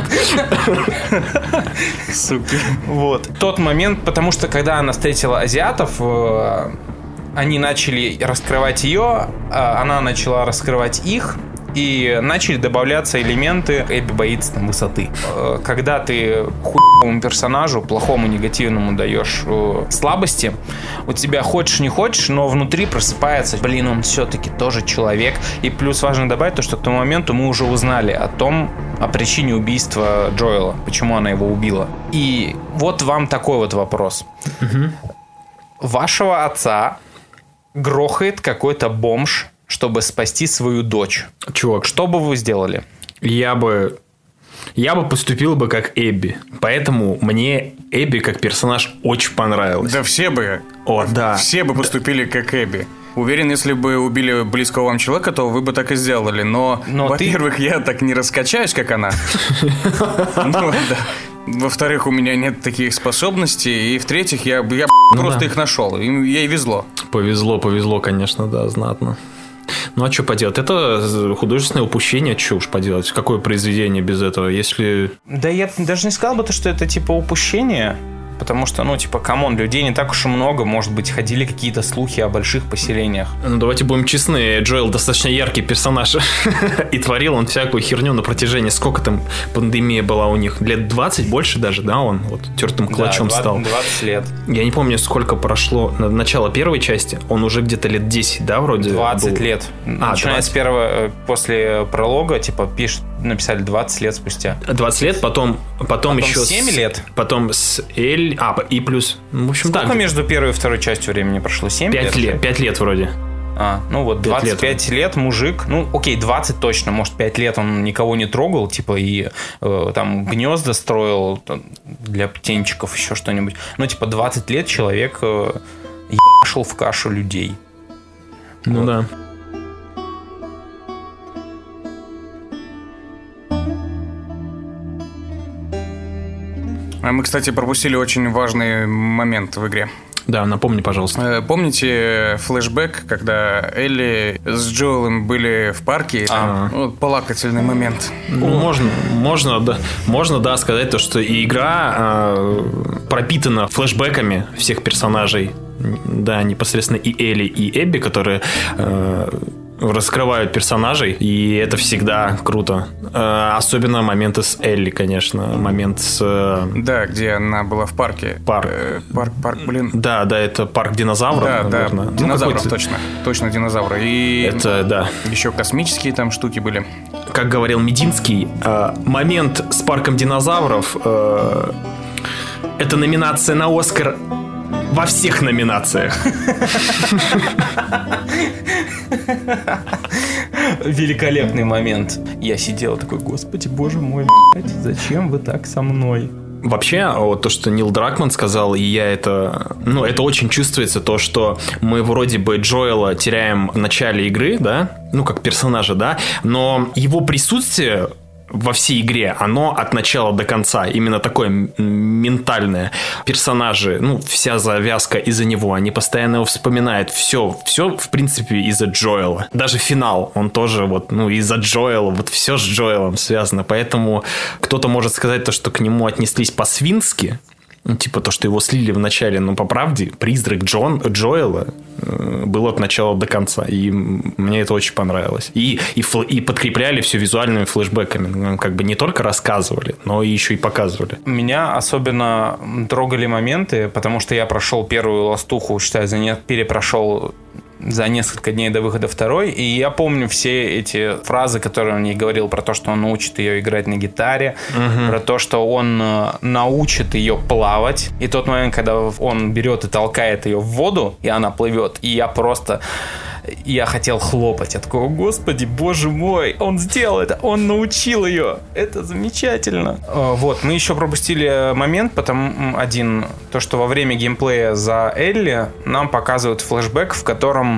Супер. Вот. Тот момент, потому что когда она встретила азиатов, они начали раскрывать ее, она начала раскрывать их, и начали добавляться элементы. Эбби боится там высоты. Когда ты хуевому персонажу, плохому, негативному даешь слабости, у тебя хочешь не хочешь, но внутри просыпается, блин, он все-таки тоже человек. И плюс важно добавить то, что к тому моменту мы уже узнали о том, о причине убийства Джоэла, почему она его убила. И вот вам такой вот вопрос. Угу. Вашего отца грохает какой-то бомж, чтобы спасти свою дочь. Чувак, что бы вы сделали? Я бы... Я бы поступил бы как Эбби. Поэтому мне Эбби как персонаж очень понравилась. Да все бы. О, да. Все бы поступили да. как Эбби. Уверен, если бы убили близкого вам человека, то вы бы так и сделали. Но, Но во-первых, ты... я так не раскачаюсь, как она. Во-вторых, у меня нет таких способностей. И в-третьих, я просто их нашел. Ей везло. Повезло, повезло, конечно, да, знатно. Ну а что поделать? Это художественное упущение, что уж поделать? Какое произведение без этого? Если... Да я даже не сказал бы, что это типа упущение. Потому что, ну, типа, камон, людей не так уж и много. Может быть, ходили какие-то слухи о больших поселениях. Ну, давайте будем честны. Джоэл достаточно яркий персонаж. И творил он всякую херню на протяжении... Сколько там пандемия была у них? Лет двадцать больше даже, да, он вот тертым клочом да, стал? двадцать лет. Я не помню, сколько прошло. Начало первой части. Он уже где-то лет десять, да, вроде? двадцать лет. А, начиная с первого, после пролога, типа, пишет, написали двадцать лет спустя. двадцать лет, потом, потом, потом еще... семь с, лет. Потом с Эль... А, и плюс... В общем, Сколько так. между первой и второй частью времени прошло? семь лет? пять лет, пять лет вроде. А, ну вот двадцать пять лет. лет мужик, ну окей, двадцать точно, может пять лет он никого не трогал, типа и э, там гнезда строил там, для птенчиков, еще что-нибудь. Ну типа двадцать лет человек э, ебашил в кашу людей. Ну вот. Да. А мы, кстати, пропустили очень важный момент в игре. Да, напомни, пожалуйста. Помните флешбэк, когда Элли с Джоэлом были в парке? А. Ну, полакательный момент. Ну, можно, можно, да, можно, да, сказать то, что и игра э, пропитана флешбэками всех персонажей. Да, непосредственно и Элли, и Эбби, которые э, раскрывают персонажей, и это всегда круто. Э, особенно моменты с Элли, конечно. Момент с... Э, да, где она была в парке. Парк. Э, парк, парк, блин. Да, да, это парк динозавров, да, наверное. Да, ну, динозавров, точно. Точно динозавры. И это, да. Еще космические там штуки были. Как говорил Мединский, э, момент с парком динозавров э, это номинация на Оскар во всех номинациях. Великолепный момент. Я сидел такой, господи, боже мой, блядь, зачем вы так со мной? Вообще, вот то, что Нил Дракман сказал, и я это... Ну, это очень чувствуется, то, что мы вроде бы Джоэла теряем в начале игры, да? Ну, как персонажа, да? Но его присутствие во всей игре, оно от начала до конца именно такое ментальное. Персонажи, ну, вся завязка из-за него, они постоянно его вспоминают. Все, все, в принципе, из-за Джоэла. Даже финал, он тоже вот, ну, из-за Джоэла, вот все с Джоэлом связано. Поэтому кто-то может сказать то, что к нему отнеслись по-свински, ну, типа то, что его слили в начале, но по правде призрак Джон, Джоэла э, был от начала до конца. И мне это очень понравилось. И, и, фл- и подкрепляли все визуальными флешбэками. Как бы не только рассказывали, но и еще и показывали. Меня особенно трогали моменты, потому что я прошел первую ластуху, считаю, за не... перепрошел за несколько дней до выхода второй, и я помню все эти фразы, которые он ей говорил про то, что он научит ее играть на гитаре, угу. про то, что он научит ее плавать, и тот момент, когда он берет и толкает ее в воду, и она плывет, и я просто... Я хотел хлопать. Я такой, о, господи, боже мой, он сделал это, он научил ее. Это замечательно. Вот, мы еще пропустили момент, потому один, то, что во время геймплея за Элли нам показывают флешбэк, в котором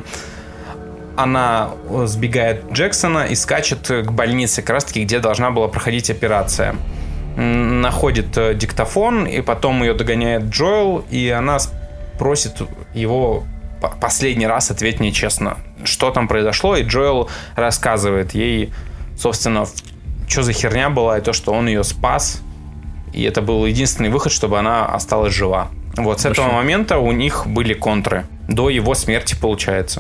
она сбегает Джексона и скачет к больнице, как раз таки, где должна была проходить операция. Находит диктофон, и потом ее догоняет Джоэл, и она просит его... Последний раз ответь мне честно, что там произошло, и Джоэл рассказывает ей, собственно, что за херня была, и то, что он ее спас, и это был единственный выход, чтобы она осталась жива. Вот с этого момента у них были контры, до его смерти, получается.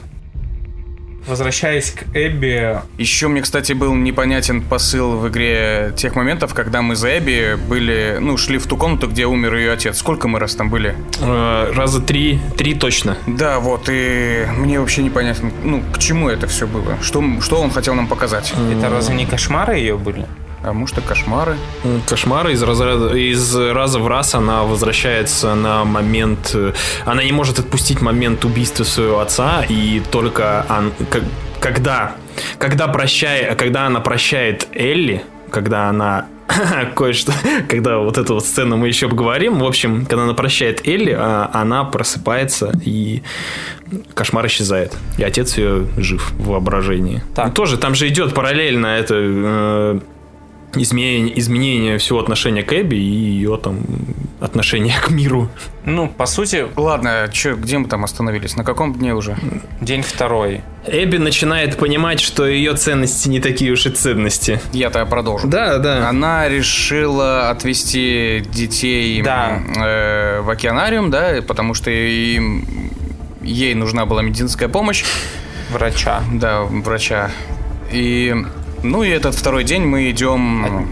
Возвращаясь к Эбби... Еще мне, кстати, был непонятен посыл в игре тех моментов, когда мы за Эбби были, ну, шли в ту комнату, где умер ее отец. Сколько мы раз там были? Э, раза три, три точно. Да, вот, и мне вообще непонятно, ну, к чему это все было? Что, что он хотел нам показать? Это разве не кошмары ее были? А может, и кошмары? Кошмары. Из раза, из раза в раз она возвращается на момент... Она не может отпустить момент убийства своего отца, и только он, как, когда, когда, прощай, когда она прощает Элли, когда она... кое-что, когда вот эту вот сцену мы еще поговорим. В общем, когда она прощает Элли, она просыпается, и кошмар исчезает. И отец ее жив в воображении. Так. Тоже там же идет параллельно это... Изменение, изменение всего отношения к Эбби и ее там отношение к миру. Ну, по сути... Ладно, чё, где мы там остановились? На каком дне уже? День второй. Эбби начинает понимать, что ее ценности не такие уж и ценности. Я-то продолжу. Да, да. Она решила отвезти детей да. э, в океанариум, да, потому что им, ей нужна была медицинская помощь. Врача. Да, врача. И... Ну и этот второй день мы идем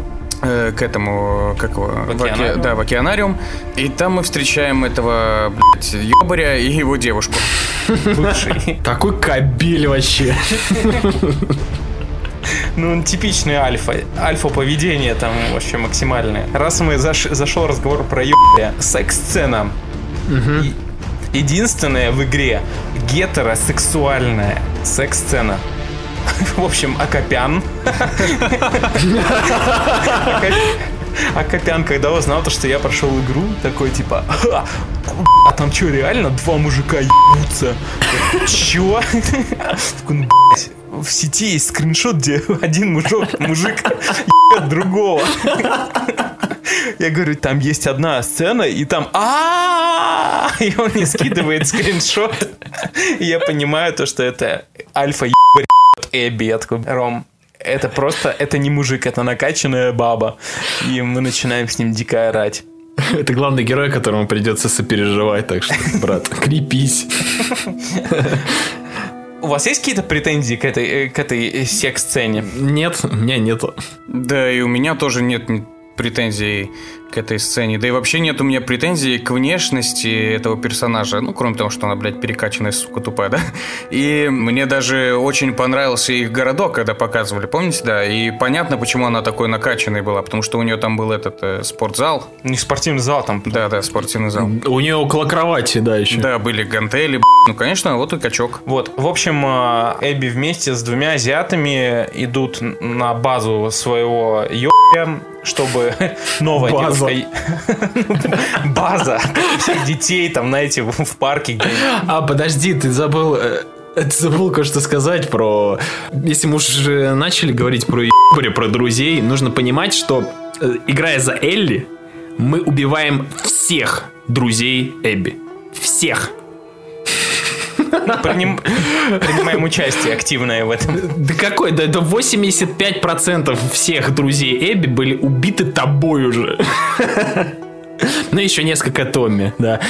э, к этому, как его, в в оке... да, в океанариум, и там мы встречаем этого, блядь, ёбаря и его девушку. Такой кабель вообще. Ну, он типичный альфа. Альфа-поведение там вообще максимальное. Раз мы заш... зашел разговор про ебля, секс-сцена. Угу. И... Единственная в игре гетеросексуальная секс-сцена. В общем, Акопян. Акопян, когда узнал то, что я прошел игру, такой типа: а там что, реально два мужика ебутся? Чё? Такой, ну, блядь, в сети есть скриншот, где один мужик, мужик ебет другого. Я говорю, там есть одна сцена, и там а и он не скидывает скриншот. И я понимаю то, что это альфа ебет Эбби. Я такой: Ром, это просто, это не мужик, это накачанная баба. И мы начинаем с ним дико орать. Это главный герой, которому придется сопереживать, так что, брат, крепись. У вас есть какие-то претензии к этой, к этой секс-сцене? Нет, у меня нету. Да, и у меня тоже нет претензий к этой сцене. Да и вообще нет у меня претензий к внешности этого персонажа. Ну, кроме того, что она, блядь, перекачанная, сука, тупая, да? И мне даже очень понравился их городок, когда показывали, помните, да? И понятно, почему она такой накачанной была. Потому что у нее там был этот э, спортзал. Не спортивный зал там. Да, да, спортивный зал. У нее около кровати, да, еще. Да, были гантели, б***ь. Ну, конечно, вот и качок. Вот, в общем, Эбби вместе с двумя азиатами идут на базу своего ебля, чтобы новая База. девушка... База. Всех детей там, знаете, в парке где-нибудь. А, подожди, ты забыл... э, Ты забыл кое-что сказать про... Если мы уже начали говорить про ебарь, про друзей, нужно понимать, что, э, играя за Элли, мы убиваем всех друзей Эбби. Всех. Приним... Принимаем участие активное в этом. Да какой? Да это восемьдесят пять процентов всех друзей Эбби были убиты тобой уже. Ну, еще несколько Томми, да.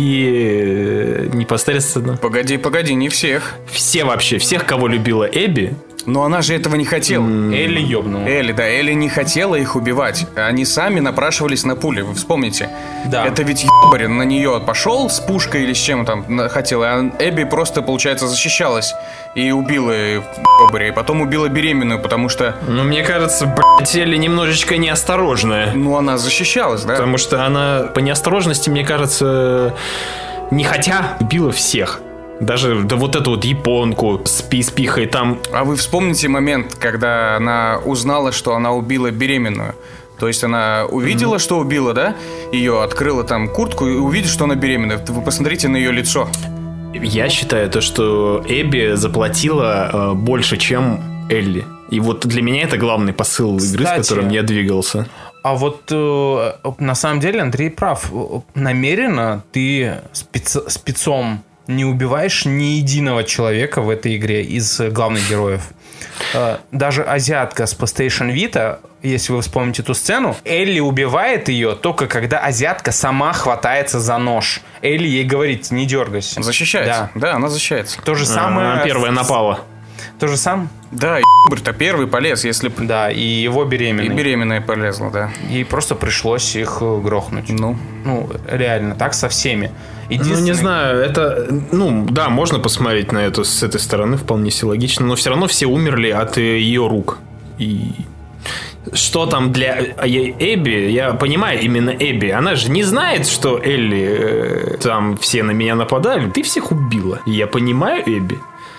И непосредственно... Погоди, погоди, не всех. Все вообще, всех, кого любила Эбби. Но она же этого не хотела. Элли ёбнула. Элли, да, Элли не хотела их убивать. Они сами напрашивались на пули, вы вспомните. Да. Это ведь ебарь на нее пошел с пушкой или с чем там хотела. А Эбби просто, получается, защищалась и убила ебаря. И потом убила беременную, потому что... Ну, мне кажется, блядь, Элли немножечко неосторожная. Ну, она защищалась, да? Потому что она по неосторожности, мне кажется, не хотя убила всех. Даже да вот эту вот японку с пи-спихой там. А вы вспомните момент, когда она узнала, что она убила беременную. То есть она увидела, mm-hmm. что убила, да? Ее открыла там куртку и увидит, что она беременная. Вы посмотрите на ее лицо. Я считаю то, что Эбби заплатила э, больше, чем Элли. И вот для меня это главный посыл игры, Кстати, с которым я двигался. А вот э, на самом деле Андрей прав. Намеренно ты спец, спецом не убиваешь ни единого человека в этой игре из главных героев. Даже азиатка с PlayStation Vita, если вы вспомните эту сцену, Элли убивает ее только когда азиатка сама хватается за нож. Элли ей говорит: не дергайся. Защищается. Да, да, она защищается. То же самое. Она первая напала. То же самое. Да, ебарь-то первый полез, если... Да, и его беременная. И беременная полезла, да. Ей просто пришлось их грохнуть. Ну. Ну, реально, так со всеми. Ну, не знаю, это... Ну, да, можно посмотреть на это с этой стороны, вполне себе логично, но все равно все умерли от ее рук. И... Что там для Эбби, я понимаю, именно Эбби, она же не знает, что Элли, э, там все на меня нападали, ты всех убила. И я понимаю Эбби.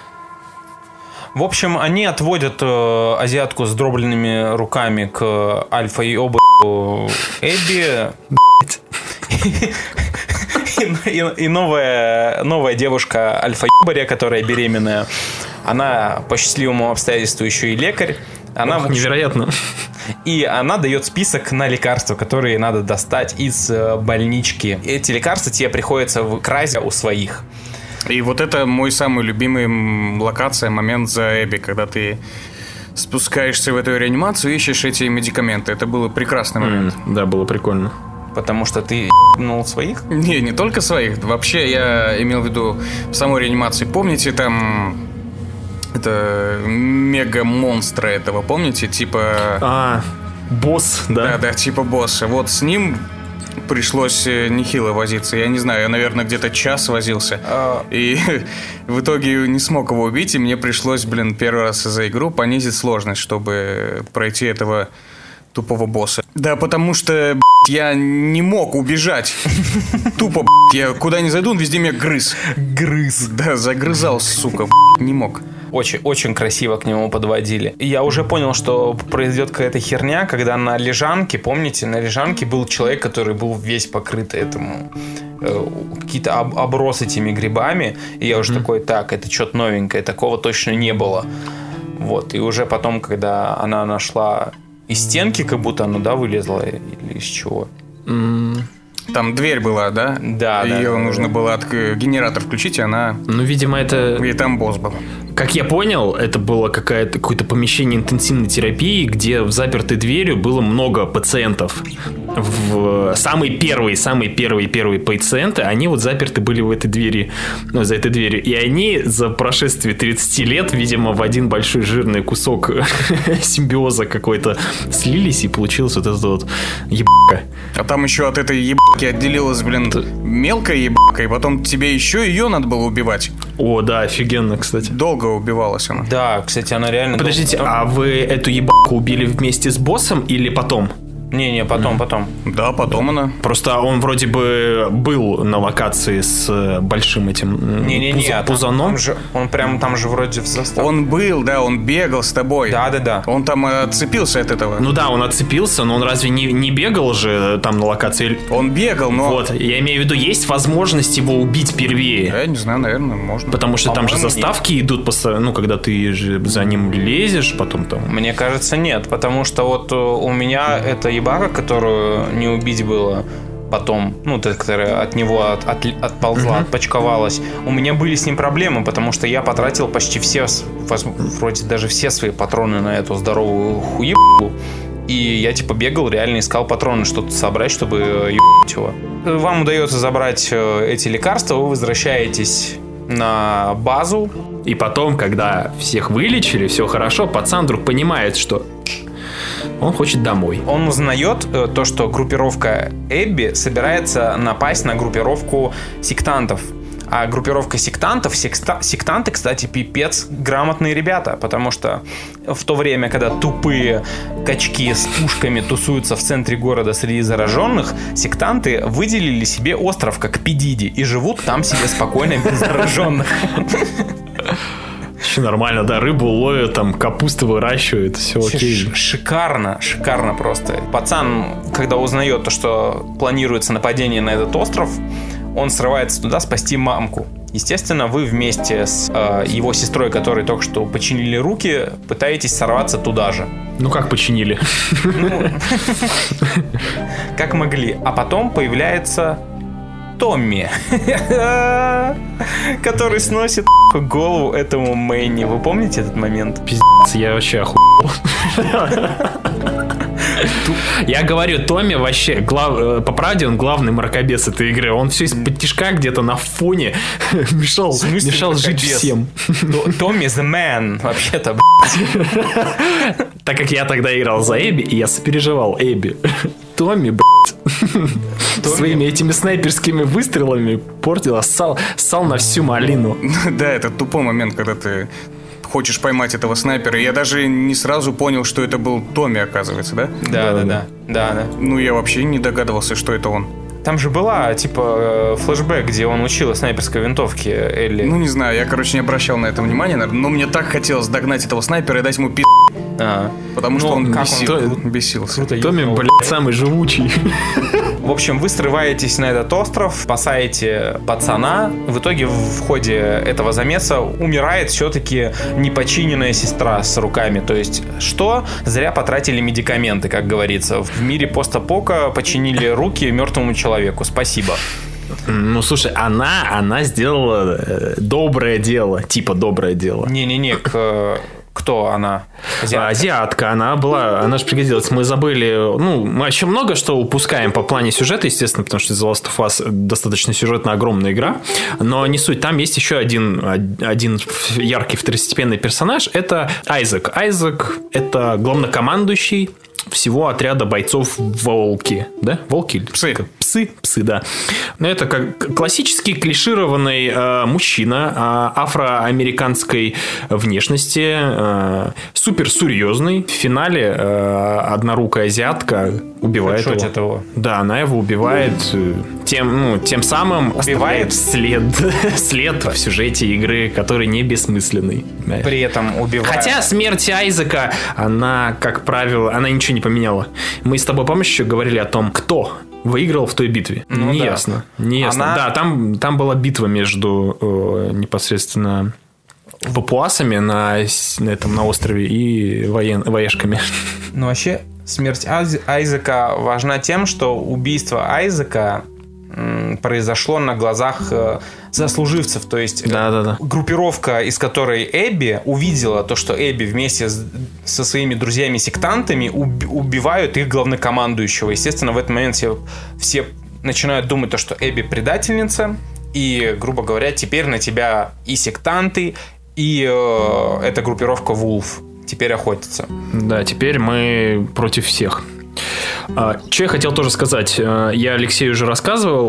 В общем, они отводят э, азиатку с дробленными руками к альфа и оба Эбби. И, и, и новая, новая девушка альфа-ебаря, которая беременная, она по счастливому обстоятельству еще и лекарь. Она, Ох, невероятно. И она дает список на лекарства, которые надо достать из больнички. Эти лекарства тебе приходится красть у своих. И вот это мой самый любимый локация, момент за Эбби, когда ты спускаешься в эту реанимацию и ищешь эти медикаменты. Это был прекрасный момент. Mm, да, было прикольно. Потому что ты ебнул своих? Не, не только своих. Вообще, я имел в виду в самой реанимации. Помните, там... Это мега-монстра этого, помните? Типа... А, босс, да? Да, да, типа босса. Вот с ним пришлось нехило возиться. Я не знаю, я, наверное, где-то час возился. А... И в итоге не смог его убить, и мне пришлось, блин, первый раз за игру понизить сложность, чтобы пройти этого тупого босса. Да, потому что, блядь, я не мог убежать. Тупо, блядь, я куда ни зайду, он везде меня грыз. Грыз. Да, загрызал, сука, блядь, не мог. Очень, очень красиво к нему подводили. И я уже понял, что произойдет какая-то херня, когда на лежанке, помните, на лежанке был человек, который был весь покрыт этому, э, какие-то об, оброс этими грибами. И я уже mm-hmm. такой, так, это что-то новенькое, такого точно не было. Вот, и уже потом, когда она нашла из стенки, как будто оно, да, вылезло, или из чего? Mm. Там дверь была, да? Да, Ее да. Ее нужно да. было от генератор включить, и она... Ну, видимо, это... И там босс был. Как я понял, это было какое-то, какое-то помещение интенсивной терапии, где в запертой дверью было много пациентов. В самые первые, самые первые, первые пациенты, они вот заперты были в этой двери, ну, за этой дверью. И они за прошествие тридцать лет, видимо, в один большой жирный кусок симбиоза какой-то слились, и получилось вот это вот ебака. А там еще от этой ебаки отделилась, блин, мелкая ебака, и потом тебе еще ее надо было убивать. О, да, офигенно, кстати. Долго убивалась она. Да, кстати, она реально... Подождите, долго... а вы эту ебаку убили вместе с боссом или потом? Не-не, потом, mm. потом. Да, потом она. Просто он вроде бы был на локации с большим этим Не-не-не, пуз... пузаном. Там, там же, он прям там же вроде в заставке. Он был, да, он бегал с тобой. Да-да-да. Он там отцепился от этого. Ну да, он отцепился, но он разве не, не бегал же там на локации? Он бегал, но... Вот, я имею в виду, есть возможность его убить первее. Я не знаю, наверное, можно. Потому что По-моему, там же заставки нет. идут, постоянно, ну, когда ты же за ним лезешь, потом там... Мне кажется, нет, потому что вот у меня эта ебака, которую не убить было потом, ну, которая от него от, от, отползла, uh-huh. отпочковалась. У меня были с ним проблемы, потому что я потратил почти все, вроде даже все свои патроны на эту здоровую хуебу. И я типа бегал, реально искал патроны, что-то собрать, чтобы ебать его. Вам удается забрать эти лекарства, вы возвращаетесь на базу. И потом, когда всех вылечили, все хорошо, пацан вдруг понимает, что... он хочет домой. Он узнает э, то, что группировка Эбби собирается напасть на группировку сектантов. А группировка сектантов, секста, сектанты, кстати, пипец грамотные ребята, потому что в то время, когда тупые качки с пушками тусуются в центре города среди зараженных, сектанты выделили себе остров, как Пи-Диди, и живут там себе спокойно без зараженных. Еще нормально, да, рыбу ловят, там капусту выращивают, все окей. Ш- шикарно, шикарно просто. Пацан, когда узнает то, что планируется нападение на этот остров, он срывается туда спасти мамку. Естественно, вы вместе с э, его сестрой, которой только что починили руки, пытаетесь сорваться туда же. Ну, как починили? Как могли. А потом появляется Томми, который сносит голову этому Мэнни. Вы помните этот момент? Пиздец, я вообще охуел. Я говорю, Томми вообще, глав... по правде, он главный мракобес этой игры. Он все из-под тишка где-то на фоне мешал, мешал жить всем. Томми the man, вообще-то, так как я тогда играл за Эбби, и я сопереживал Эбби. Томми, блядь, своими этими снайперскими выстрелами портил, ссал, ссал на всю малину. Да, это тупой момент, когда ты хочешь поймать этого снайпера. Я даже не сразу понял, что это был Томми, оказывается, да? Да, да, да, да, да. Ну, я вообще не догадывался, что это он. Там же была, типа, флешбэк, где он учил снайперской винтовке Элли. Ну, не знаю, я, короче, не обращал на это внимания, но мне так хотелось догнать этого снайпера и дать ему пи***. А. Потому что ну, он, как бесил, он бесился. Круто Томми, блядь, самый живучий. В общем, вы срываетесь на этот остров, спасаете пацана. В итоге в ходе этого замеса умирает все-таки непочиненная сестра с руками. То есть, что? Зря потратили медикаменты, как говорится. В мире постапока починили руки мертвому человеку. Спасибо. Ну, слушай, она, она сделала доброе дело. Типа доброе дело. Не-не-не, к... Кто она? Азиатка. Азиатка, она была, она же пригодилась. Мы забыли, ну, мы еще много что упускаем по плане сюжета, естественно, потому что The Last of Us достаточно сюжетная огромная игра, но не суть. Там есть еще один, один яркий второстепенный персонаж, это Айзек. Айзек – это главнокомандующий всего отряда бойцов Волки, да? Волки? Псы. Псы. псы, псы, да. Но это как классический клишированный э, мужчина э, афроамериканской внешности, э, супер серьезный. В финале э, однорукая азиатка убивает его. его. Да, она его убивает, э, тем, ну, тем самым убивает след, след в сюжете игры, который не бессмысленный. При этом убивает. Хотя смерть Айзека, она, как правило, она ничего не поменяла. Мы с тобой, помнишь, еще говорили о том, кто выиграл в той битве? Ну, не да. ясно. Не ясно. Она... Да, там, там была битва между э, непосредственно папуасами на, на этом на острове и воен, воешками. Ну, вообще, смерть Айз... Айзека важна тем, что убийство Айзека м, произошло на глазах э, сослуживцев. То есть да, да, да. группировка, из которой Эбби увидела то, что Эбби вместе с, со своими друзьями-сектантами уб, убивают их главнокомандующего. Естественно, в этот момент все, все начинают думать, то, что Эбби предательница. И, грубо говоря, теперь на тебя и сектанты, и э, эта группировка Вулф теперь охотятся. Да, теперь мы против всех. Что я хотел тоже сказать. Я Алексею уже рассказывал.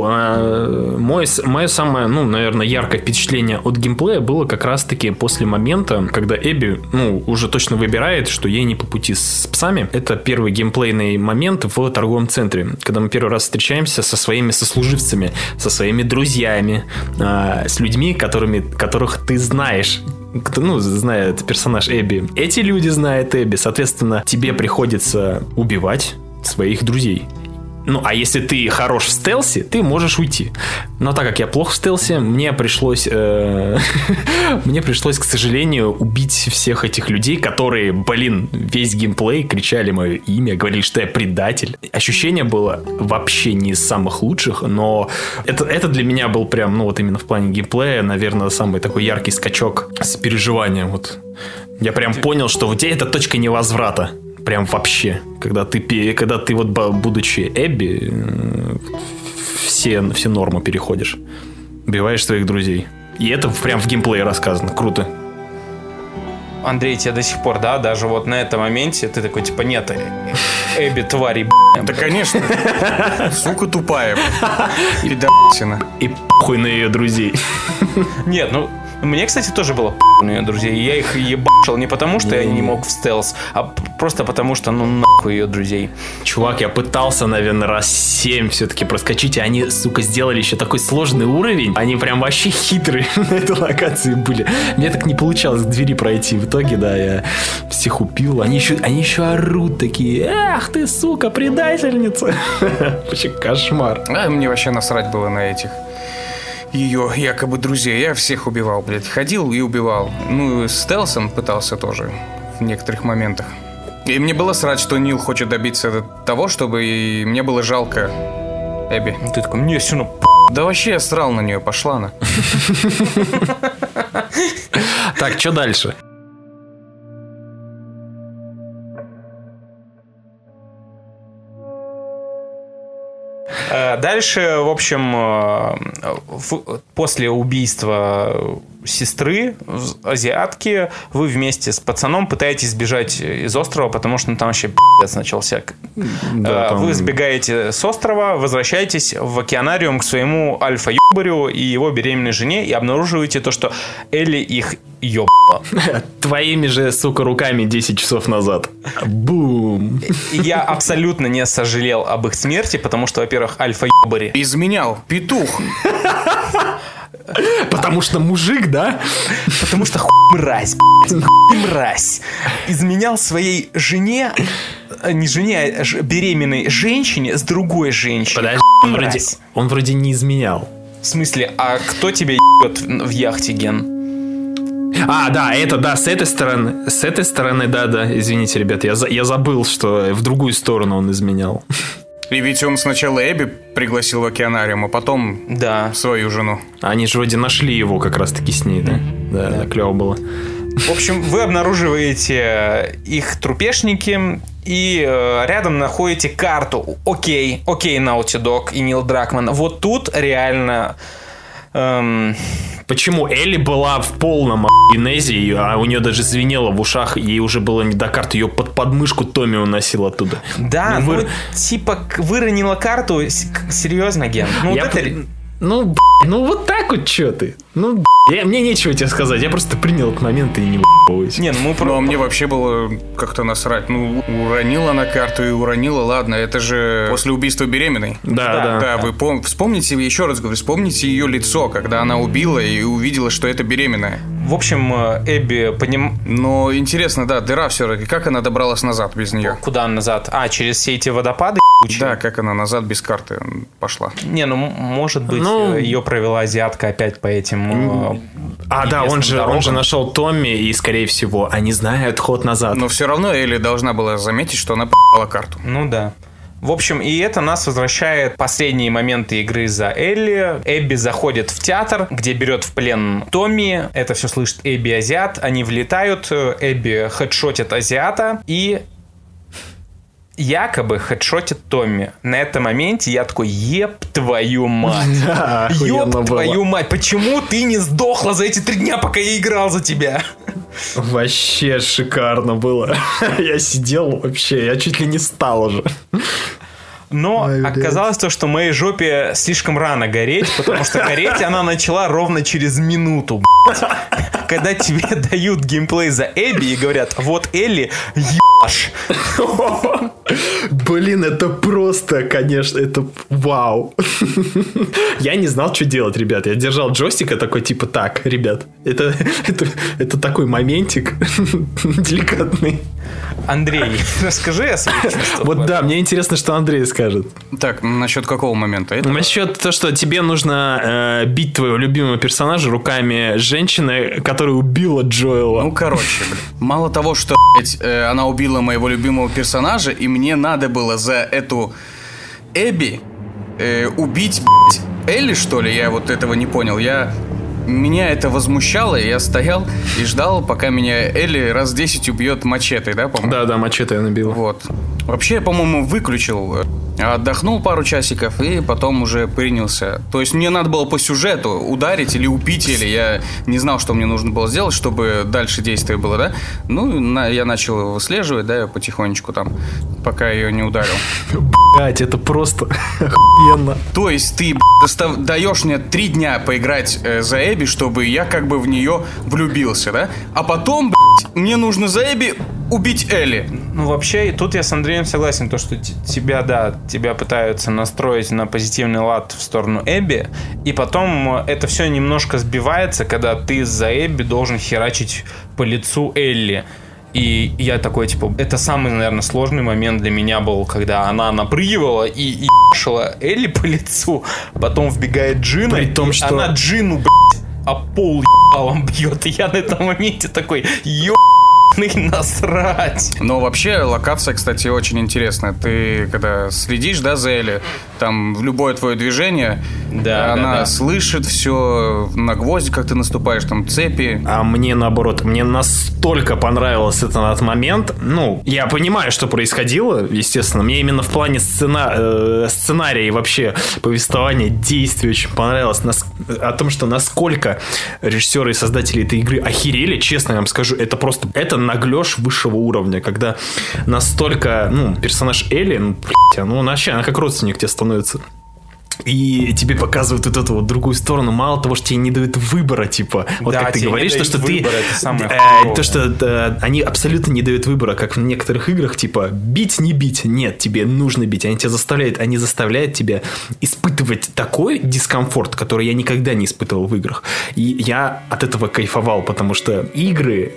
Мое, мое самое, ну, наверное, яркое впечатление от геймплея было как раз-таки после момента, когда Эбби, ну, уже точно выбирает, что ей не по пути с псами. Это первый геймплейный момент в торговом центре, когда мы первый раз встречаемся со своими сослуживцами, со своими друзьями, с людьми, которыми, которых ты знаешь. Ну, знает персонаж Эбби. Эти люди знают Эбби. Соответственно, тебе приходится убивать своих друзей. Ну, а если ты хорош в стелсе, ты можешь уйти. Но так как я плох в стелсе, мне пришлось, э, мне пришлось, к сожалению, убить всех этих людей, которые, блин, весь геймплей кричали мое имя, говорили, что я предатель. Ощущение было вообще не из самых лучших, но это, это для меня был прям, ну вот именно в плане геймплея, наверное, самый такой яркий скачок с переживанием. Вот. Я прям понял, что у тебя это точка невозврата. Прям вообще. Когда ты, когда ты вот, будучи Эбби, все, все нормы переходишь. Убиваешь своих друзей. И это прям в геймплее рассказано. Круто. Андрей, тебе до сих пор, да, даже вот на этом моменте ты такой, типа, нет, Эбби, твари, да, конечно. Сука тупая. Пидорасина. И похуй на ее друзей. Нет, ну... Мне, кстати, тоже было п***ь на ее друзей. Я их ебашил не потому, что я не мог в стелс, а просто потому, что, ну, нахуй ее друзей. Чувак, я пытался, наверное, раз семь все-таки проскочить, и они, сука, сделали еще такой сложный уровень. Они прям вообще хитрые на этой локации были. Мне так не получалось к двери пройти. В итоге, да, я всех убил. Они еще, они еще орут такие: эх ты, сука, предательница. Вообще кошмар. А мне вообще насрать было на этих ее якобы друзей. Я всех убивал, блядь. Ходил и убивал. Ну, и стелсом пытался тоже в некоторых моментах. И мне было срать, что Нил хочет добиться того, чтобы и мне было жалко Эбби. Ты такой, мне все равно п***. Да вообще я срал на нее, пошла она. Так, что дальше? Дальше, в общем, после убийства сестры, азиатки, вы вместе с пацаном пытаетесь сбежать из острова, потому что ну, там вообще пи***ц начался. Да, там... Вы сбегаете с острова, возвращаетесь в океанариум к своему альфа-ёбарю и его беременной жене и обнаруживаете то, что Элли их ёбала. Твоими же, сука, руками десять часов назад. Бум. Я абсолютно не сожалел об их смерти, потому что, во-первых, альфа-ёбари... Изменял. Петух. Потому что мужик, да? Потому что хуй мразь, блядь, хуй мразь. Изменял своей жене, не жене, а беременной женщине с другой женщиной. Подожди, он вроде, он вроде не изменял. В смысле, а кто тебя ебет в яхте, Ген? А, да, это, да, с этой стороны, с этой стороны, да, да, извините, ребят, я, я забыл, что в другую сторону он изменял. И ведь он сначала Эбби пригласил в океанариум, а потом да. свою жену. Они же вроде нашли его как раз-таки с ней, да? Да, да. Клево было. В общем, вы обнаруживаете их трупешники и э, рядом находите карту. Окей, окей, Naughty Dog и Нил Дракман. Вот тут реально... Эм, Почему Элли была в полном генезе, а у нее даже звенело в ушах, ей уже было не до карты, ее под подмышку Томми уносил оттуда. Да, ну, вы... ну типа выронила карту, серьезно, Ген. Ну, я вот это... ну, б... ну вот так вот что ты? Ну, б... я... мне нечего тебе сказать, я просто принял этот момент и не выебываюсь. Не, ну мы про... Ну, а мне вообще было как-то насрать. Ну, уронила на карту и уронила, ладно, это же после убийства беременной. Да, да. Да, да. Вы пом... вспомните, еще раз говорю, вспомните ее лицо, когда она убила и увидела, что это беременная. В общем, Эбби поним... Но интересно, да, дыра все-таки, как она добралась назад без нее? Куда назад? А, через все эти водопады? Да, как она назад без карты пошла. Не, ну, может быть, ну... ее провела азиатка опять по этим... А, да, он же, он же нашел Томми, и, скорее всего, они знают ход назад. Но все равно Элли должна была заметить, что она п***ла карту. Ну да. В общем, и это нас возвращает в последние моменты игры за Элли. Эбби заходит в театр, где берет в плен Томми. Это все слышит Эбби азиат. Они влетают, Эбби хедшотит азиата и... якобы хедшотит Томми. На этом моменте я такой, еб твою мать. Да, еб твою мать. Почему ты не сдохла за эти три дня, пока я играл за тебя? Вообще шикарно было. Я сидел вообще, я чуть ли не стал уже. Но Ой, оказалось то, что моей жопе слишком рано гореть, потому что гореть она начала ровно через минуту, блядь. Когда тебе дают геймплей за Эбби и говорят, вот Элли, ебашь. Блин, это просто, конечно, это вау. Я не знал, что делать, ребят. Я держал джойстик и такой, типа, так, ребят, это, это, это такой моментик деликатный. Андрей, расскажи о своих чувствах. Вот да, мне интересно, что Андрей скажет. Так, насчет какого момента? Это... Насчет того, что тебе нужно э, бить твоего любимого персонажа руками женщины, которая убила Джоэла. Ну, короче, блин. Мало того, что, блядь, э, она убила моего любимого персонажа, и мне надо было за эту Эбби э, убить, блядь, Элли, что ли? Я вот этого не понял. Я... Меня это возмущало, и я стоял и ждал, пока меня Элли раз десять убьет мачете, да, по-моему? Да, да, мачете я набил. Вот. Вообще, я, по-моему, выключил, отдохнул пару часиков и потом уже принялся. То есть мне надо было по сюжету ударить или убить Элли. Я не знал, что мне нужно было сделать, чтобы дальше действие было, да? Ну, на, я начал выслеживать, да, потихонечку там, пока ее не ударил. Блять, это просто охуенно. То есть ты, достав... даешь мне три дня поиграть э, за Эбби, чтобы я как бы в нее влюбился, да? А потом, блядь, мне нужно за Эбби убить Элли. Ну, вообще, тут я с Андреем согласен, то, что т- тебя, да, тебя пытаются настроить на позитивный лад в сторону Эбби, и потом это все немножко сбивается, когда ты за Эбби должен херачить по лицу Элли. И я такой, типа, это самый, наверное, сложный момент для меня был, когда она напрыгивала и ебашила Элли по лицу, потом вбегает Джина, При том, и что... она Джину, блядь, а пол ебалом бьет. И я на этом моменте такой, еб... насрать. Но вообще локация, кстати, очень интересная. Ты когда следишь, да, за Элли, там в любое твое движение, да, она да, да. слышит все, на гвозди, как ты наступаешь, там цепи. А мне наоборот, мне настолько понравился этот момент. Ну, я понимаю, что происходило, естественно. Мне именно в плане сцена... э, сценария и вообще повествования, действий очень понравилось. Нас... О том, что насколько режиссеры и создатели этой игры охерели, честно я вам скажу, это просто... Это наглёж высшего уровня, когда настолько, ну, персонаж Элли, ну, блядь, ну, вообще, она как родственник тебе становится. И тебе показывают вот эту вот другую сторону. Мало того, что тебе не дают выбора, типа, вот да, как ты говоришь, то, что ты... Э, то, что э, они абсолютно не дают выбора, как в некоторых играх, типа, бить, не бить. Нет, тебе нужно бить. Они тебя заставляют, они заставляют тебя испытывать такой дискомфорт, который я никогда не испытывал в играх. И я от этого кайфовал, потому что игры...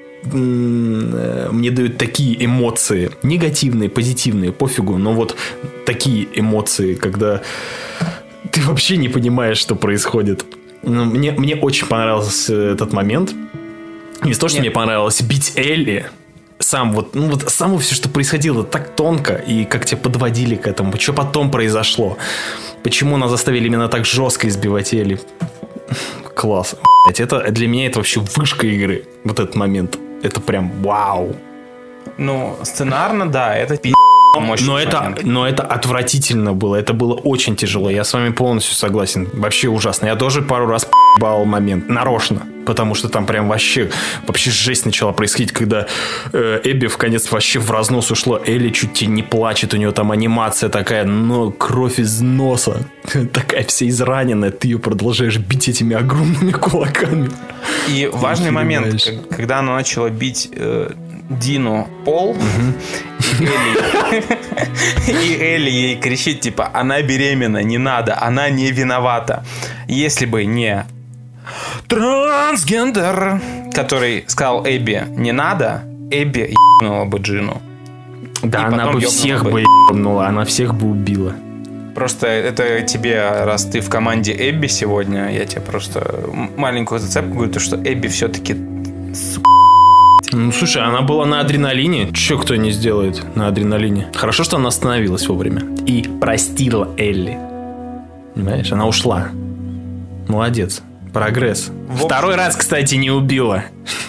мне дают такие эмоции, негативные, позитивные, пофигу, но вот такие эмоции, когда ты вообще не понимаешь, что происходит. Мне, мне очень понравился этот момент. Не то, что Нет. мне понравилось бить Элли, сам вот, ну вот само все, что происходило, так тонко, и как тебя подводили к этому, что потом произошло, почему нас заставили именно так жестко избивать Элли. Класс. Это, для меня это вообще вышка игры, вот этот момент. Это прям вау. Ну, сценарно, да, это пи***. Но это, но это отвратительно было. Это было очень тяжело. Я с вами полностью согласен. Вообще ужасно. Я тоже пару раз ебал момент нарочно. Потому что там прям вообще, вообще жесть начала происходить, когда э, Эбби в конец вообще в разнос ушло. Элли чуть не плачет, у нее там анимация такая, но кровь из носа. Такая вся израненная, ты ее продолжаешь бить этими огромными кулаками. И ты важный момент, когда она начала бить э, Дину пол, и Элли ей кричит, типа, она беременна, не надо, она не виновата. Если бы не трансгендер, который сказал Эбби, не надо, Эбби ебнула бы Джину. Да, и она бы всех бы ебнула, она всех бы убила. Просто это тебе, раз ты в команде Эбби сегодня, я тебе просто маленькую зацепку говорю, то, что Эбби все-таки сука. Ну, слушай, она была на адреналине. Че кто не сделает на адреналине? Хорошо, что она остановилась вовремя. И простила Элли. Понимаешь, она ушла. Молодец. Прогресс. Второй раз, кстати, не убила.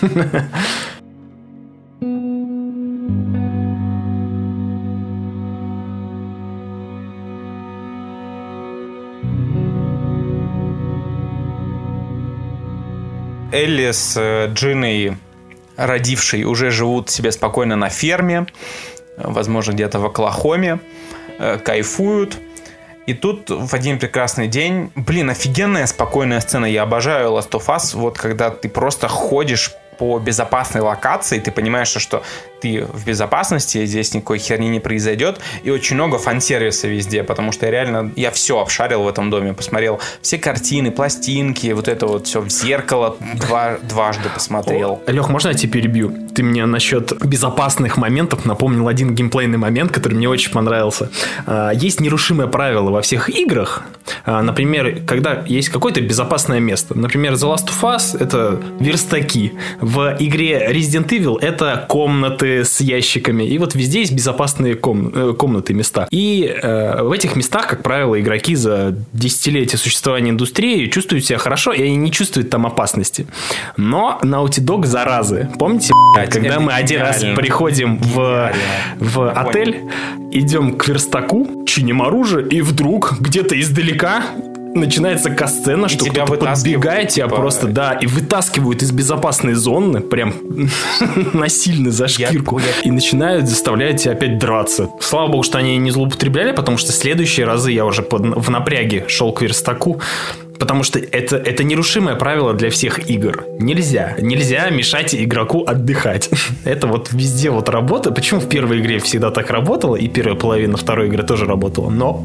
Элли с Джиной, родившей, уже живут себе спокойно на ферме, возможно, где-то в Оклахоме, кайфуют. И тут в один прекрасный день, блин, офигенная спокойная сцена, я обожаю Last of Us, вот когда ты просто ходишь по безопасной локации, ты понимаешь, что ты в безопасности, здесь никакой херни не произойдет, и очень много фан-сервиса везде, потому что я реально, я все обшарил в этом доме, посмотрел все картины, пластинки, вот это вот все в зеркало два, дважды посмотрел. Лех, можно я тебя перебью? Ты мне насчет безопасных моментов напомнил один геймплейный момент, который мне очень понравился. Есть нерушимое правило во всех играх, например, когда есть какое-то безопасное место, например, The Last of Us — это верстаки, в игре Resident Evil это комнаты с ящиками. И вот везде есть безопасные ком- комнаты, места. И э, в этих местах, как правило, игроки за десятилетия существования индустрии чувствуют себя хорошо, и они не чувствуют там опасности. Но Naughty Dog заразы. Помните, а когда мы один раз приходим в, в отель, идем к верстаку, чиним оружие, и вдруг где-то издалека начинается касцена, что кто-то подбегает тебя типа... просто, да, и вытаскивают из безопасной зоны, прям насильно за шкирку, я, я... и начинают заставлять тебя опять драться. Слава богу, что они не злоупотребляли, потому что следующие разы я уже под... в напряге шел к верстаку, потому что это, это нерушимое правило для всех игр. Нельзя. Нельзя мешать игроку отдыхать. Это вот везде вот работает. Почему в первой игре всегда так работало, и первая половина второй игры тоже работала, но...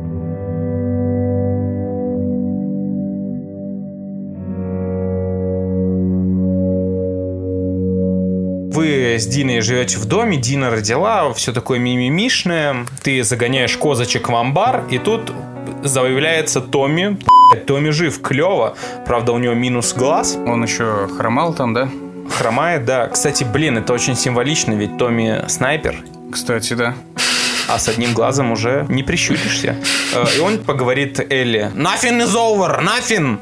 Вы с Диной живете в доме, Дина родила, все такое мимимишное, ты загоняешь козочек в амбар, и тут заявляется Томми. Томми жив, клево, правда у него минус глаз. Он еще хромал там, да? Хромает, да. Кстати, блин, это очень символично, ведь Томми снайпер. Кстати, да. А с одним глазом уже не прищуришься. И он поговорит Элли: Nothing is over, nothing.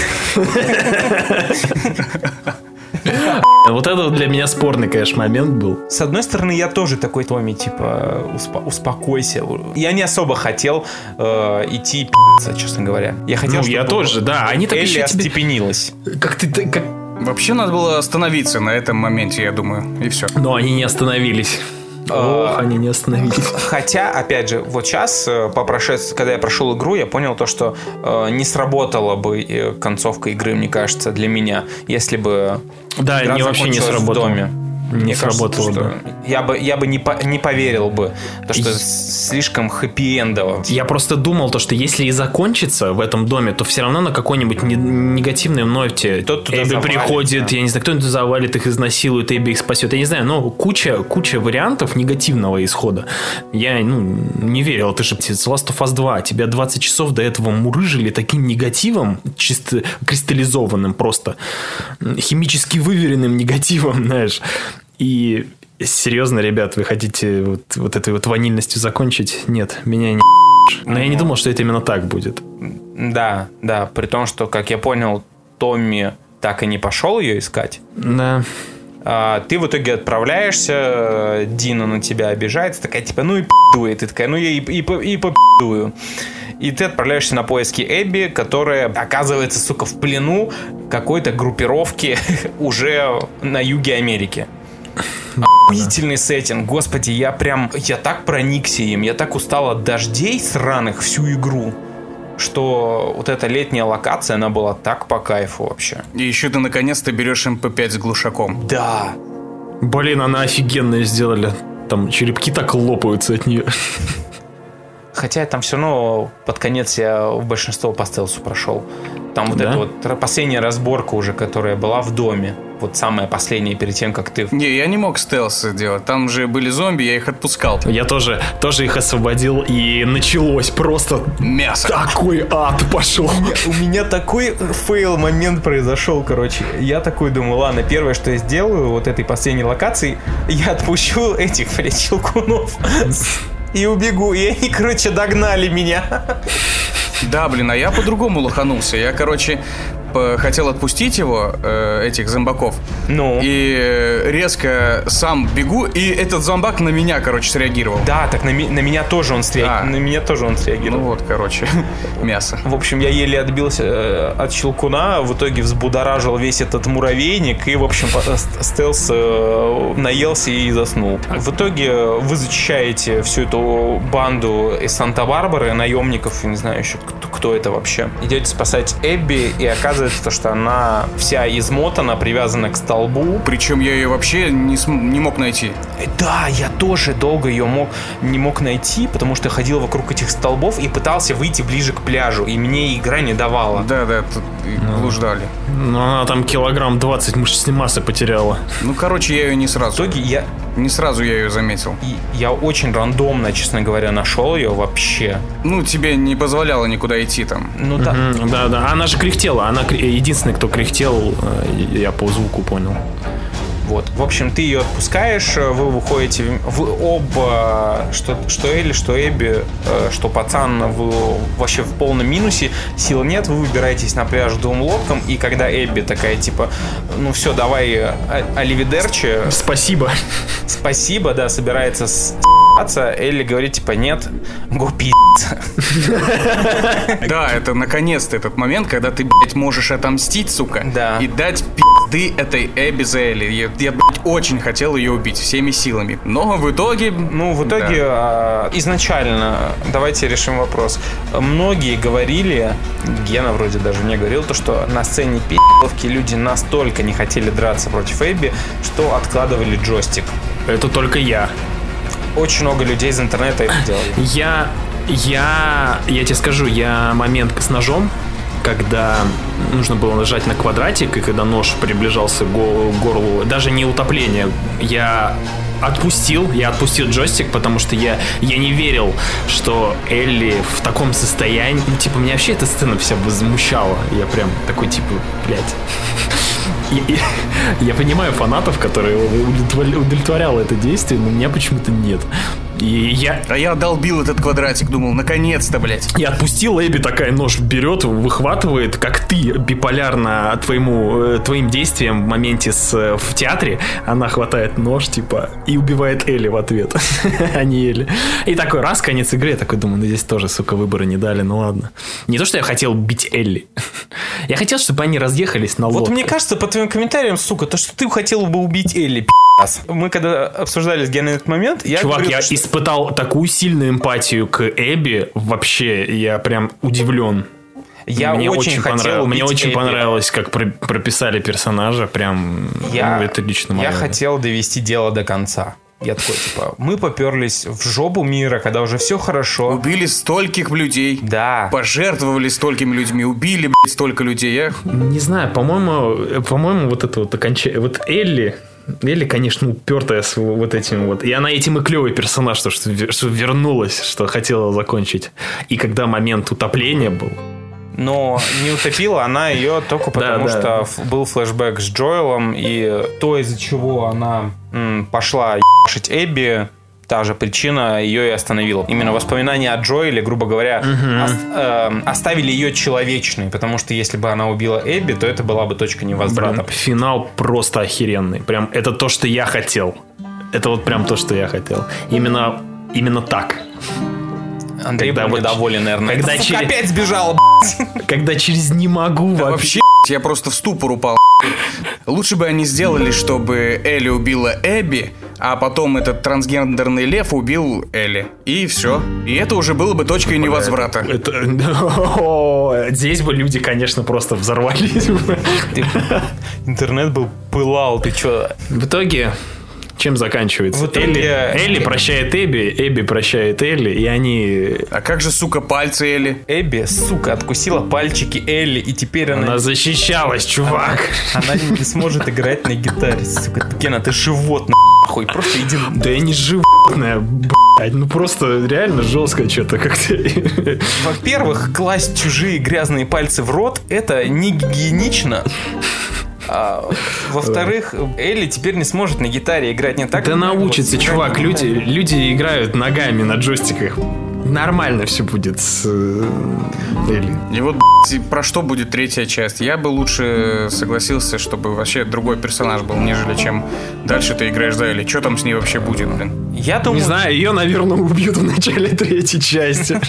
Вот это для меня спорный, конечно, момент был. С одной стороны, я тоже такой Томми, типа, успо- успокойся. Я не особо хотел э, идти пи***ться, честно говоря. Я хотел, ну, чтобы я тоже, да. Они так Элли еще тебе... остепенилась. Как ты... Как... Вообще надо было остановиться на этом моменте, я думаю, и все. Но они не остановились. Ох, они не остановились. Хотя, опять же, вот сейчас, по прошествии, когда я прошел игру, я понял то, что э, не сработала бы концовка игры, мне кажется, для меня, если бы да, игра не вообще не сработала. В доме. Не Мне сработало, кажется, да. Я бы, я бы не, по, не поверил бы, то, что и... слишком хэппи-эндово. Я просто думал, то, что если и закончится в этом доме, то все равно на какой-нибудь не, негативной ноте Эбби приходит, да. Я не знаю, кто-нибудь завалит их, изнасилует, Эбби их спасет. Я не знаю, но куча, куча вариантов негативного исхода. Я ну, не верил. Ты же Last of Us два, тебя двадцать часов до этого мурыжили таким негативом, чисто кристаллизованным просто, химически выверенным негативом, знаешь. И серьезно, ребят, вы хотите вот, вот этой вот ванильностью закончить? Нет, меня не... Но я не думал, что это именно так будет. Да, да, при том, что, как я понял, Томми так и не пошел ее искать. Да. Ты в итоге отправляешься, Дина на тебя обижается, такая типа, ну и пи***дуй. Ты такая, ну я и, и, и, и попи***дую. И ты отправляешься на поиски Эбби, которая оказывается, сука, в плену какой-то группировки уже на юге Америки. Охуительный сеттинг, господи, я прям, я так проникся им, я так устал от дождей сраных всю игру, что вот эта летняя локация, она была так по кайфу вообще. И еще ты наконец-то берешь эм пэ пять с глушаком. Да. Блин, она офигенная сделали. Там черепки так лопаются от нее. Хотя там все равно под конец я в большинство по стелсу прошел. Там вот да? эта вот последняя разборка уже, которая была в доме. Вот самая последняя перед тем, как ты... Не, я не мог стелс делать. Там же были зомби, я их отпускал. Я тоже, тоже их освободил, и началось просто... Мясо. Такой ад пошел. У меня, у меня такой фейл момент произошел, короче. Я такой думаю, ладно, первое, что я сделаю вот этой последней локации, я отпущу этих, блядь, щелкунов и убегу. И они, короче, догнали меня. Да, блин, а я по-другому лоханулся. Я, короче, хотел отпустить его, э, этих зомбаков. Ну. И резко сам бегу, и этот зомбак на меня, короче, среагировал. Да, так на, ми- на меня тоже он среагировал. А. На меня тоже он среагировал. Ну вот, короче, мясо. В общем, я еле отбился э, от щелкуна, в итоге взбудоражил весь этот муравейник, и, в общем, стелс э, наелся и заснул. В итоге вы зачищаете всю эту банду из Санта-Барбары, наемников, не знаю еще, кто, кто это вообще. Идете спасать Эбби, и оказывается, то, что она вся измотана, привязана к столбу. Причем я ее вообще не, см- не мог найти. Да, я тоже долго ее мог, не мог найти, потому что ходил вокруг этих столбов и пытался выйти ближе к пляжу, и мне игра не давала. Да, да, тут ну, блуждали. Ну, она там килограмм двадцать мышечной массы потеряла. Ну, короче, я ее не сразу. В итоге я... Не сразу я ее заметил. И я очень рандомно, честно говоря, нашел ее вообще. Ну, тебе не позволяло никуда идти там. Ну да. Угу, да, да. Она же кряхтела. Она единственный, кто кряхтел, я по звуку понял. Вот. В общем, ты ее отпускаешь, вы выходите, вы оба, что, что Элли, что Эбби, что пацан, вы вообще в полном минусе, сил нет, вы выбираетесь на пляж двум лодкам, и когда Эбби такая, типа, ну все, давай, аливидерчи. Спасибо. Спасибо, да, собирается с***аться, Элли говорит, типа, нет, го пи***ться. Да, это наконец-то этот момент, когда ты, блядь, можешь отомстить, сука, да. И дать пизды этой Эбби за Элли. Я, я, блядь, очень хотел ее убить всеми силами. Но в итоге... Ну, в итоге, да. изначально, давайте решим вопрос. Многие говорили, Гена вроде даже не говорил, то, что на сцене пи***ловки люди настолько не хотели драться против Эбби, что откладывали джойстик. Это только я. Очень много людей из интернета это делали. Я... Я... Я тебе скажу, я момент с ножом, когда нужно было нажать на квадратик, и когда нож приближался к горлу, даже не утопление, я отпустил, я отпустил джойстик, потому что я, я не верил, что Элли в таком состоянии, ну, типа, меня вообще эта сцена вся возмущала, я прям такой, типа, блядь... И, и, я понимаю фанатов, которые удовлетворяло это действие, но меня почему-то нет. И я... А я долбил этот квадратик, думал, наконец-то, блядь. Я отпустил, Эбби такая нож берет, выхватывает, как ты биполярно твоему, твоим действиям в моменте с, в театре. Она хватает нож, типа, и убивает Элли в ответ, а не Элли. И такой раз, конец игры, я такой думаю, ну здесь тоже, сука, выбора не дали, ну ладно. Не то, что я хотел бить Элли. Я хотел, чтобы они разъехались на лодках. Вот мне кажется, по твоим комментариям, сука, то, что ты хотел бы убить Элли, пи***. Мы когда обсуждали с Геной этот момент, я Чувак, говорил, я что... испытал такую сильную эмпатию к Эбби, вообще, я прям удивлен. Я мне очень, очень хотел понравилось, Мне очень Эбби. понравилось, как про- прописали персонажа, прям, я, ну, это лично мое. Я хотел довести дело до конца. Я такой, типа, мы поперлись в жопу мира, когда уже все хорошо. Убили стольких людей. Да. Пожертвовали столькими людьми. Убили, блядь, столько людей. Я... Не знаю, по-моему, по-моему, вот это вот окончание... Вот Элли... Элли, конечно, упертая с вот этим вот. И она этим и клевый персонаж, что, что вернулась, что хотела закончить. И когда момент утопления был... Но не утопила она ее только потому, да, да. что был флешбэк с Джоэлом, и то, из-за чего она м, пошла ебашить Эбби, та же причина ее и остановила. Именно воспоминания о Джоэле, грубо говоря, Мгм. ос- э, оставили ее человечной, потому что если бы она убила Эбби, то это была бы точка невозврата. Блин, финал просто охеренный. Прям это то, что я хотел. Это вот прям то, что я хотел. Именно, именно так. Андрей Когда был вот- недоволен, наверное. когда Эта сука через- опять сбежала, Когда через «не могу» Да вообще... вообще, я просто в ступор упал. Лучше бы они сделали, чтобы Элли убила Эбби, а потом этот трансгендерный лев убил Элли. И все. И это уже было бы точкой невозврата. Это... О, здесь бы люди, конечно, просто взорвались. Интернет был пылал, ты чё? В итоге, чем заканчивается? В итоге- Элли, Элли прощает Эбби, Эбби прощает Элли, и они... А как же, сука, пальцы Элли? Эбби, сука, откусила пальчики Элли, и теперь она... Она защищалась, чувак. Она не сможет играть на гитаре. Сука, Гена, ты животное, нахуй. Просто иди... Да я не животное, блядь. Ну просто реально жестко что-то как-то. Во-первых, класть чужие грязные пальцы в рот — это не гигиенично. А, во-вторых, Элли теперь не сможет на гитаре играть не так. Да как научится, нравилось. чувак. Люди, люди играют ногами на джойстиках. Нормально все будет с э, Элли. И вот, блядь, про что будет третья часть? Я бы лучше согласился, чтобы вообще другой персонаж был, нежели чем дальше ты играешь за Элли. Что там с ней вообще будет, блин? Я думаю, Не знаю, ее, наверное, убьют в начале третьей части.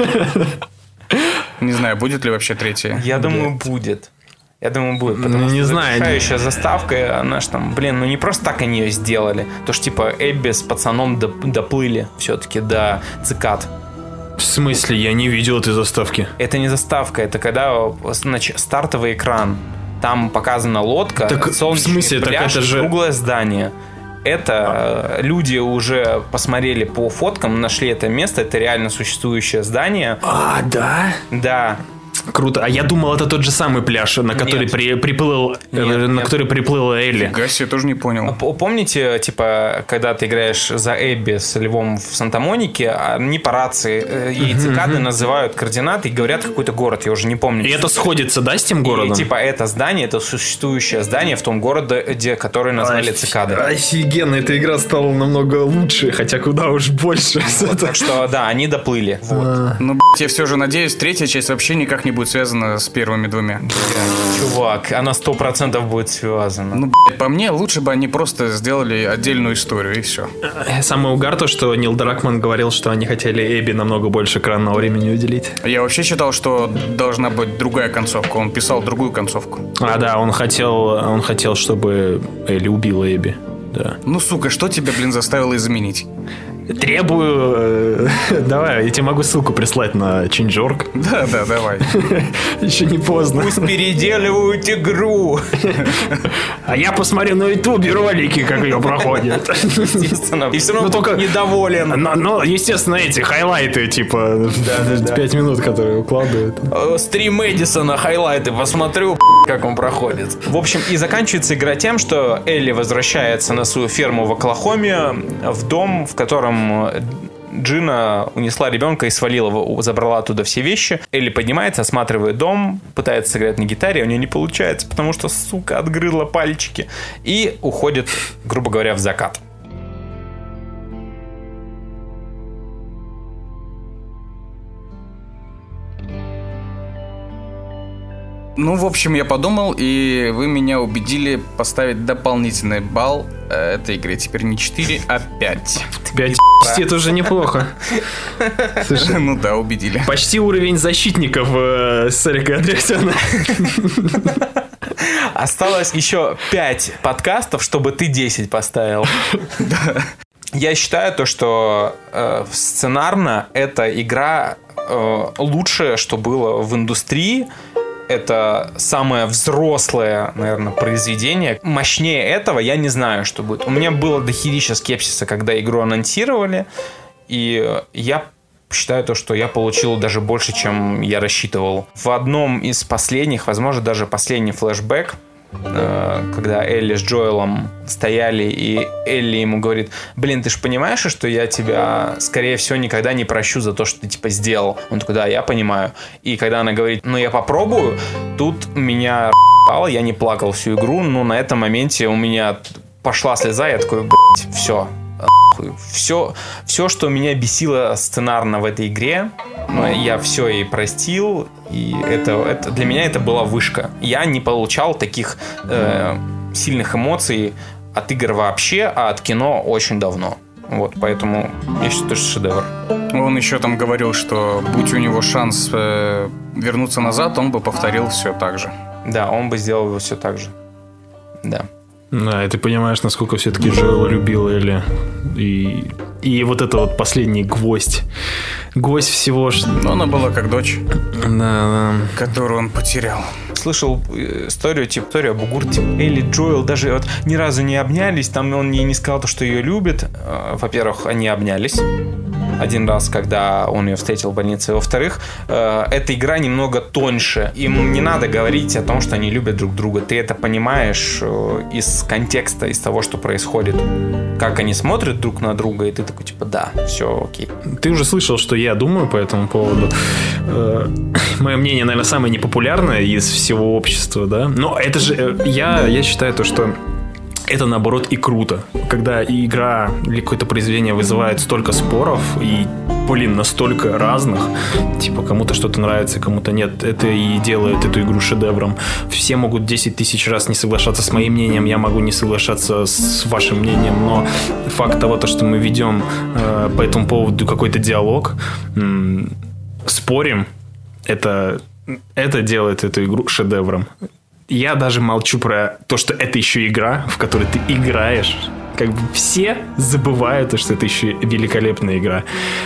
Не знаю, будет ли вообще третья. я думаю, будет. Я думаю, будет. Потому Ну, что не знаю. завершающая заставка, она ж там, блин, ну не просто так они ее сделали. То что типа Эбби с пацаном доп- доплыли все-таки до цикад. В смысле? Я не видел этой заставки. Это не заставка, это когда значит, стартовый экран. Там показана лодка, Так, в солнечный смысле? Так пляж, это же- круглое здание. Это э, люди уже посмотрели по фоткам, нашли это место, это реально существующее здание. А, да? Да. Круто. А я думал, это тот же самый пляж, на который Нет. при- приплыл, э, Нет, на нет. который приплыла Элли. Фига себе, тоже не А понял. п- Помните, типа, когда ты играешь за Эбби с Львом в Санта-Монике, они по рации э, ей цикады называют координаты и говорят какой-то город, я уже не помню. И это сходится, да, с тем И, городом? типа, это здание, это существующее здание в том городе, где, который назвали цикады. Офигенно, эта игра стала намного лучше, хотя куда уж больше. Так что, да, они доплыли. Вот. Ну, блядь, я все же надеюсь, третья часть вообще никак не будет связана с первыми двумя. Чувак, она сто процентов будет связана. Ну, блядь, по мне, лучше бы они просто сделали отдельную историю, и все. Самый угар то, что Нил Дракман говорил, что они хотели Эбби намного больше экранного времени уделить. Я вообще считал, что должна быть другая концовка. Он писал другую концовку. А, да, он хотел, он хотел, чтобы Элли убила Эбби. Да. Ну, сука, что тебя, блин, заставило изменить? Требую... э, Давай, я тебе могу ссылку прислать на Чинджорг. Да, да, давай. Еще не поздно. Пусть переделывают игру. А я посмотрю на ютубе ролики, как ее проходят. Естественно. И все равно Ну, только- только недоволен. Но, но, естественно, эти хайлайты, типа, пять минут, которые укладывают. Э, Стрим Эдисона, хайлайты посмотрю, как он проходит. В общем, и заканчивается игра тем, что Элли возвращается на свою ферму в Оклахоме, в дом, в котором Джина унесла ребенка и свалила его, забрала оттуда все вещи. Элли поднимается, осматривает дом, пытается сыграть на гитаре, а у нее не получается, потому что, сука, отгрызла пальчики. И уходит, грубо говоря, в закат. Ну, в общем, я подумал, и вы меня убедили поставить дополнительный балл э, этой игре. Теперь не четыре, а пять. пять это уже неплохо. Слушай, Ну да, убедили. почти уровень защитников э, Сарика Андреасяна. Осталось еще пять подкастов, чтобы ты десять поставил. Я считаю то, что э, сценарно эта игра э, лучшее, что было в индустрии. Это самое взрослое, наверное, произведение. Мощнее этого я не знаю, что будет. У меня было дохерища скепсиса, когда игру анонсировали. И я считаю то, что я получил даже больше, чем я рассчитывал. В одном из последних, возможно, даже последний флешбэк, когда Элли с Джоэлом стояли, и Элли ему говорит: блин, ты же понимаешь, что я тебя, скорее всего, никогда не прощу за то, что ты, типа, сделал? Он такой: да, я понимаю. И когда она говорит: ну, я попробую, тут меня р***ало, я не плакал всю игру, но на этом моменте у меня пошла слеза, я такой: блять, все, Все, все, что меня бесило сценарно в этой игре, я все ей простил, и это, это для меня это была вышка. Я не получал таких э, сильных эмоций от игр вообще, а от кино очень давно. Вот, поэтому я считаю, что шедевр. Он еще там говорил, что будь у него шанс э, вернуться назад, он бы повторил все так же. Да, он бы сделал все так же. Да. Да, и ты понимаешь, насколько все-таки Джоэл любил Элли. И, и вот это вот последний гвоздь. Гвоздь всего, что... Но она была как дочь, да, да. которую он потерял. Слышал историю, типа, историю об Бугур, типа, Элли и Джоэл даже вот ни разу не обнялись. Там он ей не сказал, что ее любит. Во-первых, они обнялись один раз, когда он ее встретил в больнице. Во-вторых, эта игра немного тоньше. Им не надо говорить о том, что они любят друг друга. Ты это понимаешь из контекста, из того, что происходит. Как они смотрят друг на друга, и ты такой, типа, да, все окей. Ты уже слышал, что я думаю по этому поводу. Мое мнение, наверное, самое непопулярное из всего общества, да. Но это же... Я, я считаю то, что это, наоборот, и круто. Когда игра или какое-то произведение вызывает столько споров и, блин, настолько разных, типа, кому-то что-то нравится, кому-то нет, это и делает эту игру шедевром. Все могут десять тысяч раз не соглашаться с моим мнением, я могу не соглашаться с вашим мнением, но факт того, что мы ведем э, по этому поводу какой-то диалог, э, спорим, это, это делает эту игру шедевром. Я даже молчу про то, что это еще игра, в которой ты играешь. Как бы все забывают, что это еще великолепная игра.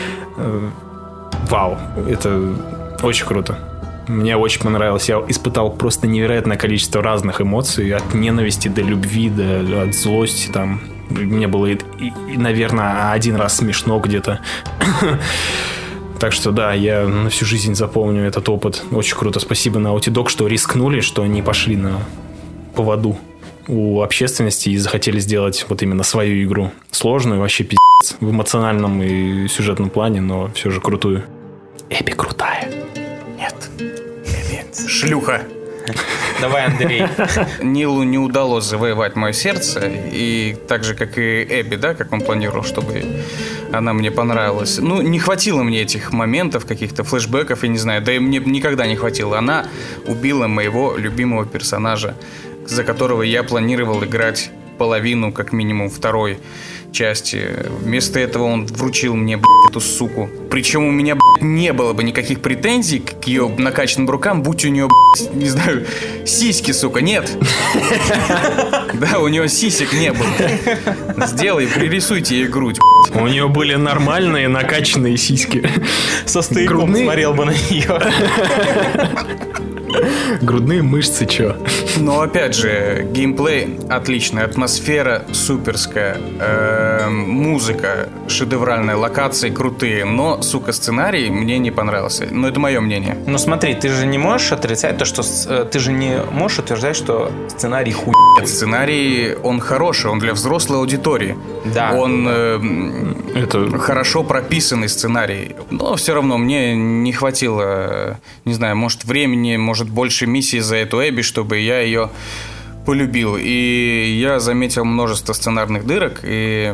Вау, это очень круто. Мне очень понравилось. Я испытал просто невероятное количество разных эмоций. От ненависти до любви, до от злости. Там. Мне было, и, и, наверное, один раз смешно где-то. Так что да, я на всю жизнь запомню этот опыт. Очень круто. Спасибо Naughty Dog, что рискнули, что они пошли на поводу у общественности и захотели сделать вот именно свою игру. Сложную, вообще пиздец. В эмоциональном и сюжетном плане, но все же крутую. Эбби крутая. Нет. Эбби шлюха. Давай, Андрей. Нилу не удалось завоевать мое сердце, и так же, как и Эбби, да, как он планировал, чтобы она мне понравилась. Ну, не хватило мне этих моментов, каких-то флешбеков, я не знаю, да и мне никогда не хватило. Она убила моего любимого персонажа, за которого я планировал играть половину, как минимум, второй части. Вместо этого он вручил мне, блядь, эту суку. Причем у меня, блядь, не было бы никаких претензий к ее накачанным рукам, будь у нее, блядь, не знаю, сиськи, сука, нет. Да, у нее сисек не было. Сделай, пририсуйте ей грудь. У нее были нормальные накачанные сиськи. Со стояком смотрел бы на нее. Грудные мышцы, чё? Но опять же, геймплей отличный, атмосфера суперская, э, музыка шедевральная, локации крутые, но, сука, сценарий мне не понравился. Но это мое мнение. Ну смотри, ты же не можешь отрицать то, что э, ты же не можешь утверждать, что сценарий хуй. Сценарий, он хороший, он для взрослой аудитории. Да. Он э, это... хорошо прописанный сценарий. Но все равно мне не хватило, не знаю, может времени, может больше миссий за эту Эбби, чтобы я ее полюбил. И я заметил множество сценарных дырок. И,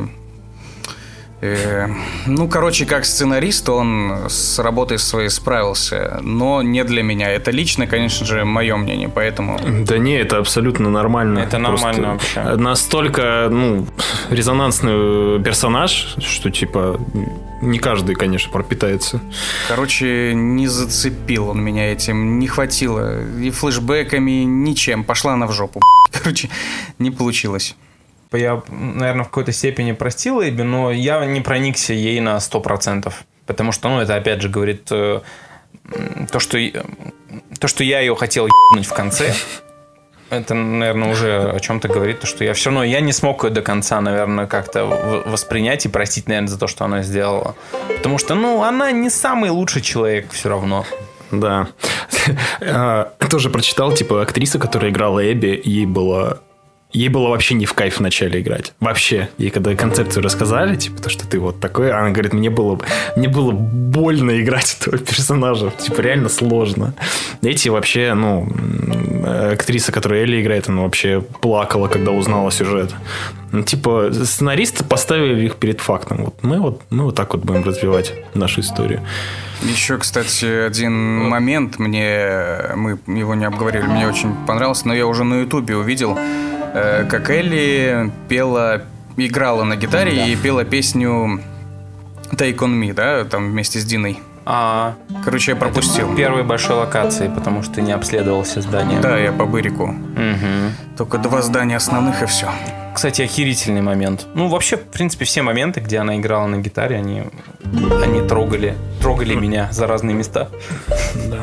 и ну, короче, как сценарист он с работой своей справился, но не для меня. Это лично, конечно же, мое мнение, поэтому... Да не, это абсолютно нормально. Это нормально просто вообще. Настолько, ну, резонансный персонаж, что, типа, не каждый, конечно, пропитается. Короче, не зацепил он меня этим, не хватило и флешбэками, ничем. Пошла она в жопу. Короче, не получилось. Я, наверное, в какой-то степени простил Эбби, но я не проникся ей на сто процентов. Потому что, ну, это опять же говорит э, то, что, то, что я ее хотел ебнуть в конце. Это, наверное, уже о чем-то говорит, то, что я все равно я не смог ее до конца, наверное, как-то воспринять и простить, наверное, за то, что она сделала. Потому что, ну, она не самый лучший человек все равно. Да. Тоже прочитал, типа, актриса, которая играла Эбби, ей было... ей было вообще не в кайф вначале играть. Вообще. Ей когда концепцию рассказали, типа, то, что ты вот такой, она говорит, мне было, мне было больно играть этого персонажа. Типа, реально сложно. Эти вообще, ну, актриса, которая Элли играет, она вообще плакала, когда узнала сюжет. Ну, типа, сценаристы поставили их перед фактом. Вот мы вот, мы вот так вот будем развивать нашу историю. Еще, кстати, один момент, мне мы его не обговорили, мне очень понравился, но я уже на Ютубе увидел, э, как Элли пела, играла на гитаре да. и пела песню Take on Me, да, там вместе с Диной. А, Короче, я пропустил. Это первой большой локации, потому что не обследовал все здания. Да, я по Бырику. Угу. Только два здания основных и все. Кстати, охерительный момент. Ну, вообще, в принципе, все моменты, где она играла на гитаре, они, они трогали, трогали меня за разные места. Да.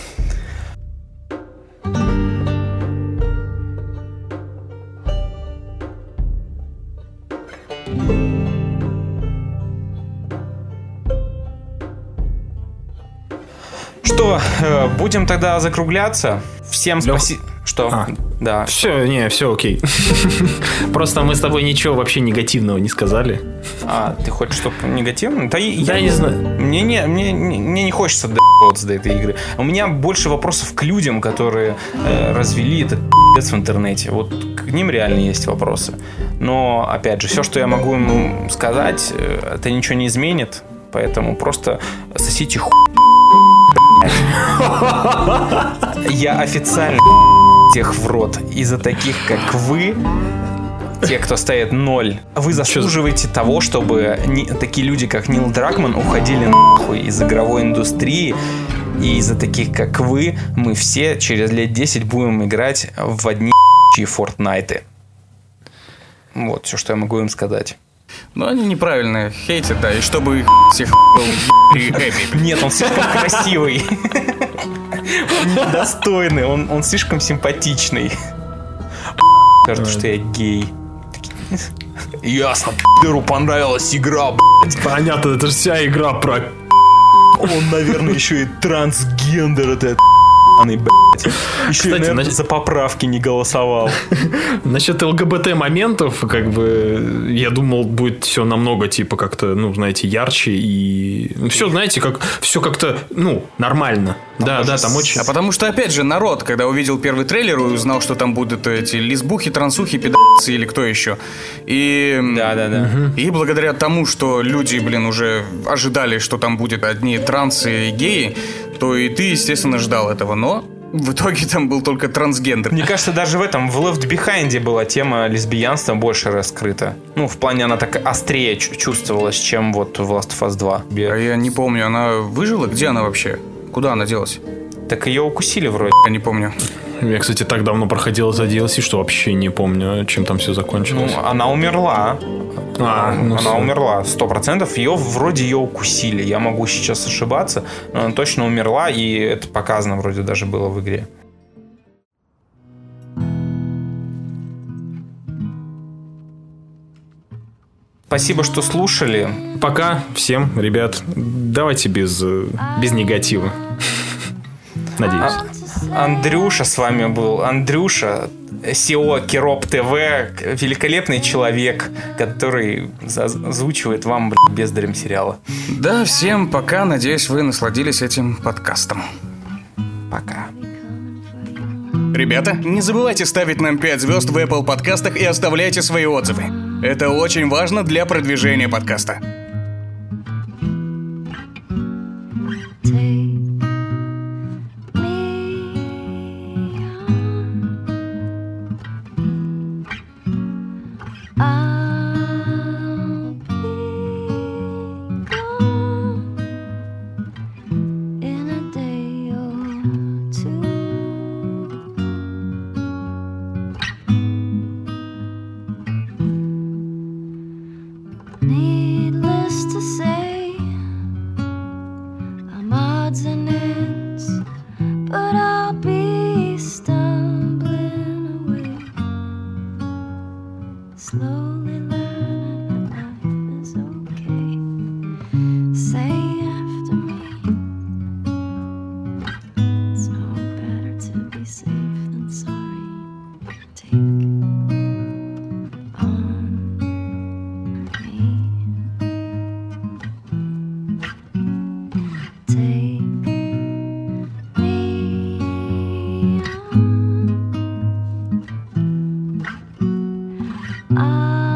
Что, будем тогда закругляться. Всем спасибо. Что? А, да. Все, не, все окей. Просто мы с тобой ничего вообще негативного не сказали. А, ты хочешь, чтобы негативно? Да, я, я не знаю. Мне не, мне, мне не хочется доебываться до этой игры. У меня больше вопросов к людям, которые э, развели этот пи***ц в интернете. Вот к ним реально есть вопросы. Но, опять же, все, что я могу им сказать, это ничего не изменит. Поэтому просто сосите хуй. Я официально тех в рот из-за таких, как вы, те, кто ставит ноль. Вы заслуживаете того, чтобы не, такие люди, как Нил Дракман, уходили нахуй из игровой индустрии. И из-за таких, как вы, мы все через лет десять будем играть в одни Фортнайты. Вот все, что я могу им сказать. Ну, они неправильно хейтят, да, и чтобы их всех был Эпик. Нет, он слишком красивый. Он недостойный, он, он слишком симпатичный. Кажется, что я гей. Ясно, пидору понравилась игра, блядь. Понятно, это же вся игра про... Он, наверное, еще и трансгендер, это блядь. Еще, Кстати, наверное, на... за поправки не голосовал. Насчет ЛГБТ-моментов, как бы, я думал, будет все намного, типа, как-то, ну, знаете, ярче и... Все, знаете, как... Все как-то, ну, нормально. Там да, да, там очень... А потому что, опять же, народ, когда увидел первый трейлер и узнал, что там будут эти лесбухи, трансухи, пидорцы или кто еще. И... Да, да, да. И благодаря тому, что люди, блин, уже ожидали, что там будет одни трансы и геи, то и ты, естественно, ждал этого, но в итоге там был только трансгендер. Мне кажется, даже в этом, в Left Behind была тема лесбиянства больше раскрыта. Ну, в плане она так острее чувствовалась, чем вот в Last of Us два. А я не помню, она выжила? Где она вообще? Куда она делась? Так ее укусили вроде. Я не помню. Я, кстати, так давно проходила за ди эл си, что вообще не помню, чем там все закончилось. Ну, она умерла. А, ну, она умерла, сто процентов. Ее вроде ее укусили. Я могу сейчас ошибаться, но она точно умерла, и это показано вроде даже было в игре. Спасибо, что слушали. Пока всем, ребят. Давайте без, без негатива. Надеюсь. А, Андрюша с вами был. Андрюша, си и о Кероп ТВ, великолепный человек, который озвучивает вам, блядь, бездарем сериала. Да, всем пока. Надеюсь, вы насладились этим подкастом. Пока. Ребята, не забывайте ставить нам пять звезд в Apple подкастах и оставляйте свои отзывы. Это очень важно для продвижения подкаста. Safe than sorry. Take А